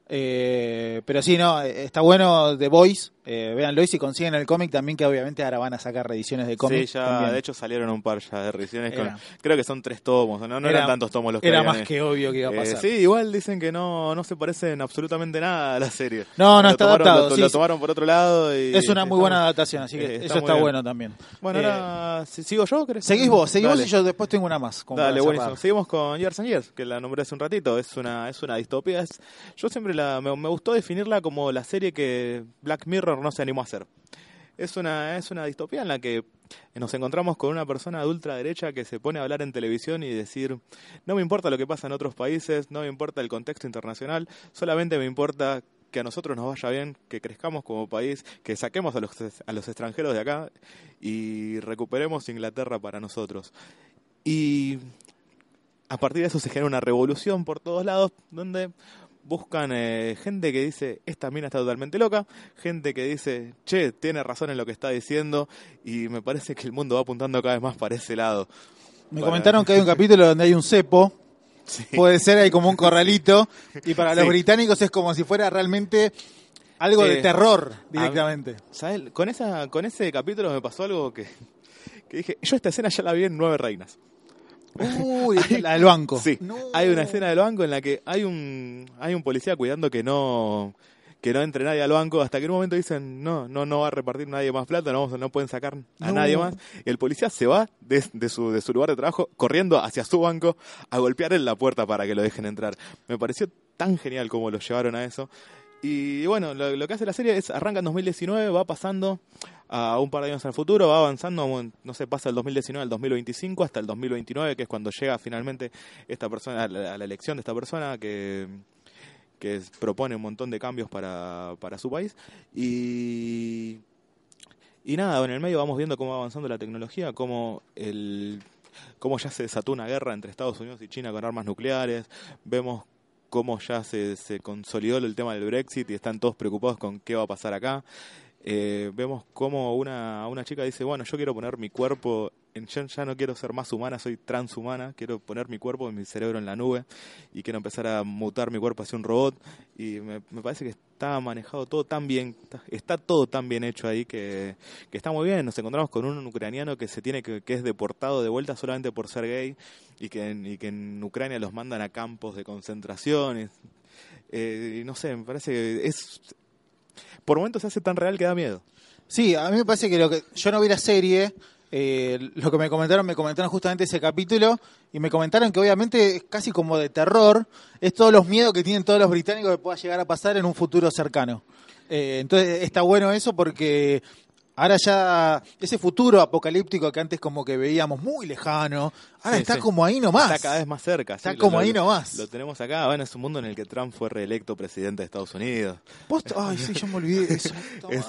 [SPEAKER 2] Pero sí, no, está bueno The Boys, véanlo, y si consiguen el cómic también, que obviamente ahora van a sacar reediciones de cómic.
[SPEAKER 3] Sí, ya
[SPEAKER 2] también.
[SPEAKER 3] de hecho salieron un par ya de reediciones, creo que son 3 tomos, no eran tantos tomos los que
[SPEAKER 2] era
[SPEAKER 3] habían,
[SPEAKER 2] más que obvio que iba a pasar.
[SPEAKER 3] Sí, igual dicen que no se parecen absolutamente nada a la serie.
[SPEAKER 2] No, está adaptado.
[SPEAKER 3] Lo tomaron por otro lado. Y
[SPEAKER 2] es una muy buena adaptación, así que eso está bueno también.
[SPEAKER 3] Bueno, ahora, ¿sigo yo? ¿Crees?
[SPEAKER 2] Seguís vos y yo después tengo una más.
[SPEAKER 3] Dale, buenísimo. Seguimos con Years and Years, que la nombré hace un ratito. Es una distopía. Yo siempre me gustó definirla como la serie que Black Mirror no se animó a hacer. Es una distopía en la que nos encontramos con una persona de ultraderecha que se pone a hablar en televisión y decir: no me importa lo que pasa en otros países, no me importa el contexto internacional, solamente me importa que a nosotros nos vaya bien, que crezcamos como país, que saquemos a los extranjeros de acá y recuperemos Inglaterra para nosotros. Y a partir de eso se genera una revolución por todos lados, donde buscan gente que dice: esta mina está totalmente loca, gente que dice: che, tiene razón en lo que está diciendo, y me parece que el mundo va apuntando cada vez más para ese lado.
[SPEAKER 2] Me comentaron que hay un capítulo donde hay un cepo. Sí. Puede ser, hay como un corralito, y para los británicos es como si fuera realmente algo de terror directamente.
[SPEAKER 3] ¿Sabes? Con ese capítulo me pasó algo que dije: yo esta escena ya la vi en 9 Reinas.
[SPEAKER 2] Uy, la del banco.
[SPEAKER 3] Sí, no. Hay una escena del banco en la que hay un policía cuidando que no entre nadie al banco, hasta que en un momento dicen: no va a repartir nadie más plata, no pueden sacar a nadie más. Y el policía se va de su lugar de trabajo corriendo hacia su banco a golpear en la puerta para que lo dejen entrar. Me pareció tan genial como lo llevaron a eso. Y bueno, lo que hace la serie es: arranca en 2019, va pasando a un par de años al futuro, va avanzando, no sé, pasa del 2019 al 2025 hasta el 2029, que es cuando llega finalmente esta persona, a la elección de esta persona que propone un montón de cambios para su país. Y nada, en el medio vamos viendo cómo va avanzando la tecnología, cómo ya se desató una guerra entre Estados Unidos y China con armas nucleares. Vemos cómo ya se consolidó el tema del Brexit y están todos preocupados con qué va a pasar acá. Vemos cómo una chica dice: bueno, yo quiero poner mi cuerpo, yo ya no quiero ser más humana, soy transhumana, quiero poner mi cuerpo y mi cerebro en la nube y quiero empezar a mutar mi cuerpo hacia un robot. Y me parece que está manejado todo tan bien, está todo tan bien hecho ahí que está muy bien. Nos encontramos con un ucraniano que que es deportado de vuelta solamente por ser gay, y que en Ucrania los mandan a campos de concentración. Y no sé, me parece que por momentos se hace tan real que da miedo.
[SPEAKER 2] Sí, a mí me parece que yo no vi la serie. Lo que me comentaron justamente ese capítulo, y me comentaron que obviamente es casi como de terror, es todos los miedos que tienen todos los británicos que pueda llegar a pasar en un futuro cercano. Entonces está bueno eso, porque ahora ya ese futuro apocalíptico que antes como que veíamos muy lejano, ahora está como ahí nomás.
[SPEAKER 3] Está cada vez más cerca.
[SPEAKER 2] Está como ahí nomás.
[SPEAKER 3] Lo tenemos acá. Bueno, es un mundo en el que Trump fue reelecto presidente de Estados Unidos.
[SPEAKER 2] Ay, sí, yo me olvidé de eso.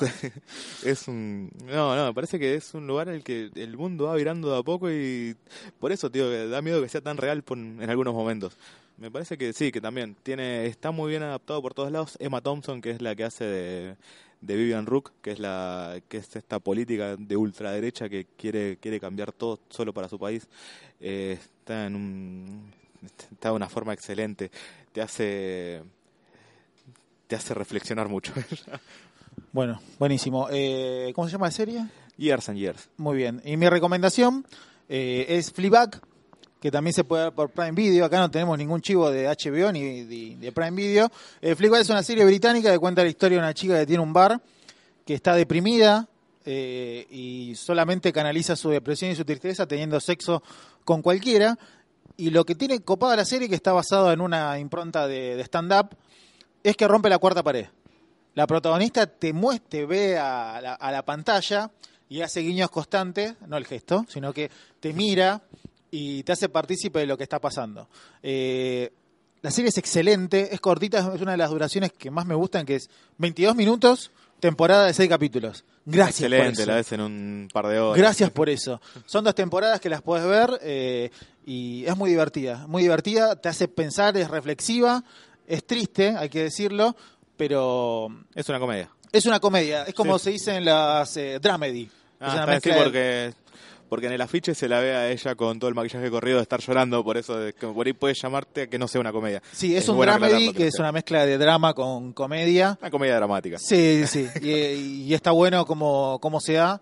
[SPEAKER 3] Me parece que es un lugar en el que el mundo va virando de a poco, y por eso, tío, que da miedo que sea tan real en algunos momentos. Me parece que sí, que también está muy bien adaptado por todos lados. Emma Thompson, que es la que hace de Vivian Rook, que es esta política de ultraderecha que quiere cambiar todo solo para su país, está de una forma excelente. Te hace reflexionar mucho.
[SPEAKER 2] Bueno, buenísimo. ¿Cómo se llama la serie?
[SPEAKER 3] Years and Years.
[SPEAKER 2] Muy bien. Y mi recomendación es Fleabag, que también se puede ver por Prime Video. Acá no tenemos ningún chivo de HBO ni de Prime Video. Fleabag es una serie británica que cuenta la historia de una chica que tiene un bar, que está deprimida y solamente canaliza su depresión y su tristeza teniendo sexo con cualquiera. Y lo que tiene copada la serie, que está basado en una impronta de stand-up, es que rompe la cuarta pared. La protagonista te ve a la pantalla y hace guiños constantes, no el gesto, sino que te mira y te hace partícipe de lo que está pasando. La serie es excelente, es cortita, es una de las duraciones que más me gustan, que es 22 minutos, temporada de 6 capítulos. Gracias
[SPEAKER 3] excelente,
[SPEAKER 2] por eso.
[SPEAKER 3] La ves en un par de horas.
[SPEAKER 2] Gracias por eso. Son 2 temporadas que las puedes ver y es muy divertida, te hace pensar, es reflexiva, es triste, hay que decirlo, pero...
[SPEAKER 3] Es una comedia.
[SPEAKER 2] Es una comedia, es como se dice en las dramedy.
[SPEAKER 3] Está así porque porque en el afiche se la ve a ella con todo el maquillaje corrido de estar llorando, por eso por ahí puede llamarte a que no sea una comedia.
[SPEAKER 2] Sí, es un
[SPEAKER 3] bueno
[SPEAKER 2] dramedy,
[SPEAKER 3] aclararlo,
[SPEAKER 2] que es una mezcla de drama con comedia.
[SPEAKER 3] una comedia dramática.
[SPEAKER 2] Sí, sí, y está bueno cómo se da.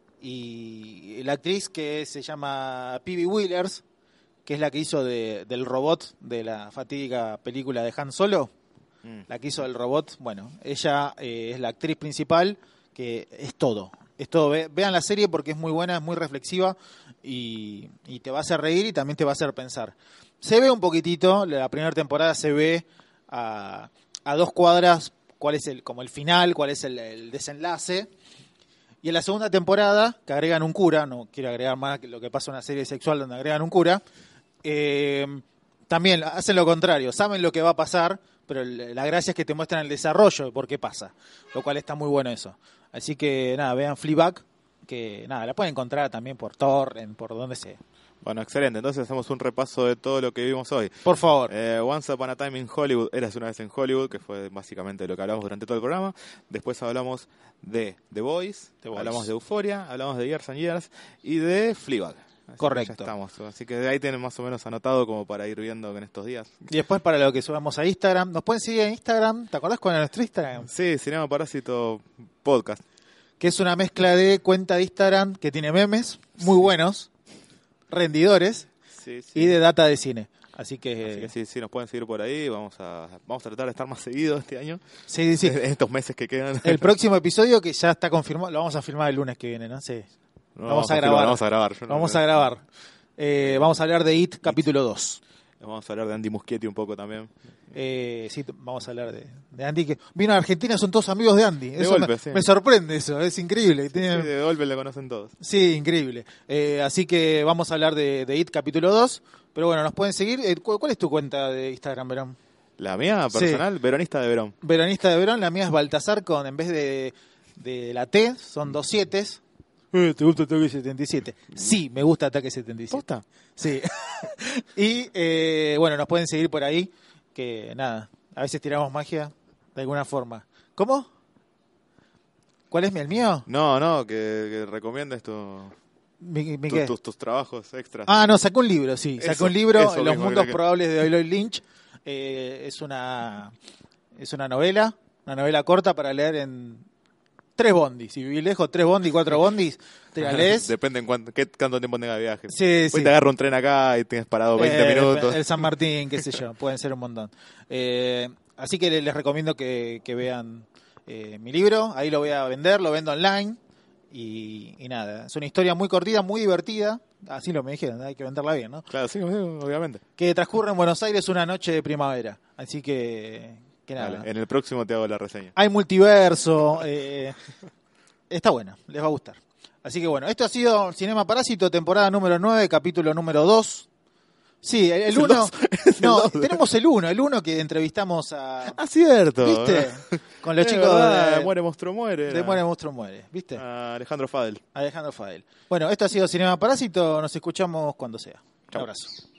[SPEAKER 2] Y la actriz que se llama Phoebe Willers, que es la que hizo del robot de la fatídica película de Han Solo, la que hizo del robot, bueno, ella es la actriz principal, que es todo. Vean la serie porque es muy buena, es muy reflexiva y te va a hacer reír y también te va a hacer pensar. Se ve un poquitito, la primera temporada se ve a 2 cuadras cuál es como el final, cuál es el desenlace. Y en la segunda temporada, que agregan un cura, no quiero agregar más que lo que pasa en una serie sexual donde agregan un cura, también hacen lo contrario, saben lo que va a pasar, pero la gracia es que te muestran el desarrollo de por qué pasa, lo cual está muy bueno eso. Así que nada, vean Fleabag, que nada, la pueden encontrar también por Torrent, por donde sea.
[SPEAKER 3] Bueno, excelente. Entonces hacemos un repaso de todo lo que vimos hoy.
[SPEAKER 2] Por favor.
[SPEAKER 3] Once Upon a Time in Hollywood, Érase una vez en Hollywood, que fue básicamente lo que hablamos durante todo el programa. Después hablamos de The Boys, hablamos de Euphoria, hablamos de Years and Years y de Fleabag. Así
[SPEAKER 2] correcto.
[SPEAKER 3] Que ya estamos. Así que ahí tienen más o menos anotado como para ir viendo en estos días.
[SPEAKER 2] Y después para lo que subamos a Instagram, nos pueden seguir en Instagram, ¿te acordás cuál es nuestro Instagram?
[SPEAKER 3] Sí, Cinema Parásito Podcast.
[SPEAKER 2] Que es una mezcla de cuenta de Instagram que tiene memes muy buenos, rendidores,
[SPEAKER 3] sí.
[SPEAKER 2] y de data de cine. Así que
[SPEAKER 3] sí, nos pueden seguir por ahí. Vamos a tratar de estar más seguidos este año.
[SPEAKER 2] Sí.
[SPEAKER 3] En estos meses que quedan.
[SPEAKER 2] El próximo episodio, que ya está confirmado, lo vamos a filmar el lunes que viene, ¿no? Sí. Vamos a grabar.
[SPEAKER 3] Vamos a grabar.
[SPEAKER 2] Vamos a hablar de It, capítulo 2.
[SPEAKER 3] Vamos a hablar de Andy Muschietti un poco también.
[SPEAKER 2] Sí, vamos a hablar de Andy, que vino a Argentina, son todos amigos de Andy.
[SPEAKER 3] De golpe,
[SPEAKER 2] me sorprende eso, es increíble.
[SPEAKER 3] Sí, de golpe le conocen todos.
[SPEAKER 2] Sí, increíble. Así que vamos a hablar de It, capítulo 2. Pero bueno, nos pueden seguir. ¿Cuál es tu cuenta de Instagram, Verón?
[SPEAKER 3] La mía, personal, sí. Veronista de Verón.
[SPEAKER 2] Veronista de Verón, la mía es Baltasar, en vez de la T, son 2 7s. ¿Te gusta Ataque 77? Sí, me gusta Ataque 77.
[SPEAKER 3] ¿Posta?
[SPEAKER 2] Sí. Y bueno, nos pueden seguir por ahí, que nada, a veces tiramos magia de alguna forma. ¿Cómo? ¿Cuál es el mío?
[SPEAKER 3] No, que recomiendes tus trabajos extras.
[SPEAKER 2] Ah, no, sacó un libro, sí. Sacó un libro, Los mundos probables de Lloyd Lynch. Es una novela corta para leer en 3 bondis. Si vivís lejos, 3 bondis, 4 bondis, te la lees.
[SPEAKER 3] Depende en cuánto tiempo tenga de viaje.
[SPEAKER 2] Sí.
[SPEAKER 3] Te agarra un tren acá y tienes parado 20 minutos.
[SPEAKER 2] El San Martín, qué sé yo, pueden ser un montón. Así que les recomiendo que vean mi libro. Ahí lo voy a vender, lo vendo online. Y nada, es una historia muy cortita, muy divertida. Así me dijeron, hay que venderla bien, ¿no?
[SPEAKER 3] Claro, sí, obviamente.
[SPEAKER 2] Que transcurre en Buenos Aires una noche de primavera. Así que nada.
[SPEAKER 3] Vale, en el próximo te hago la reseña.
[SPEAKER 2] Hay multiverso. Está buena, les va a gustar. Así que bueno, esto ha sido Cinema Parásito, temporada número 9, capítulo número 2. Sí, el 1. No, tenemos el 1 que entrevistamos a.
[SPEAKER 3] Ah, cierto.
[SPEAKER 2] ¿Viste? Con los chicos
[SPEAKER 3] de Muere Monstruo Muere.
[SPEAKER 2] De Muere Monstruo Muere, ¿viste?
[SPEAKER 3] A Alejandro Fadel.
[SPEAKER 2] Bueno, esto ha sido Cinema Parásito. Nos escuchamos cuando sea. Un abrazo.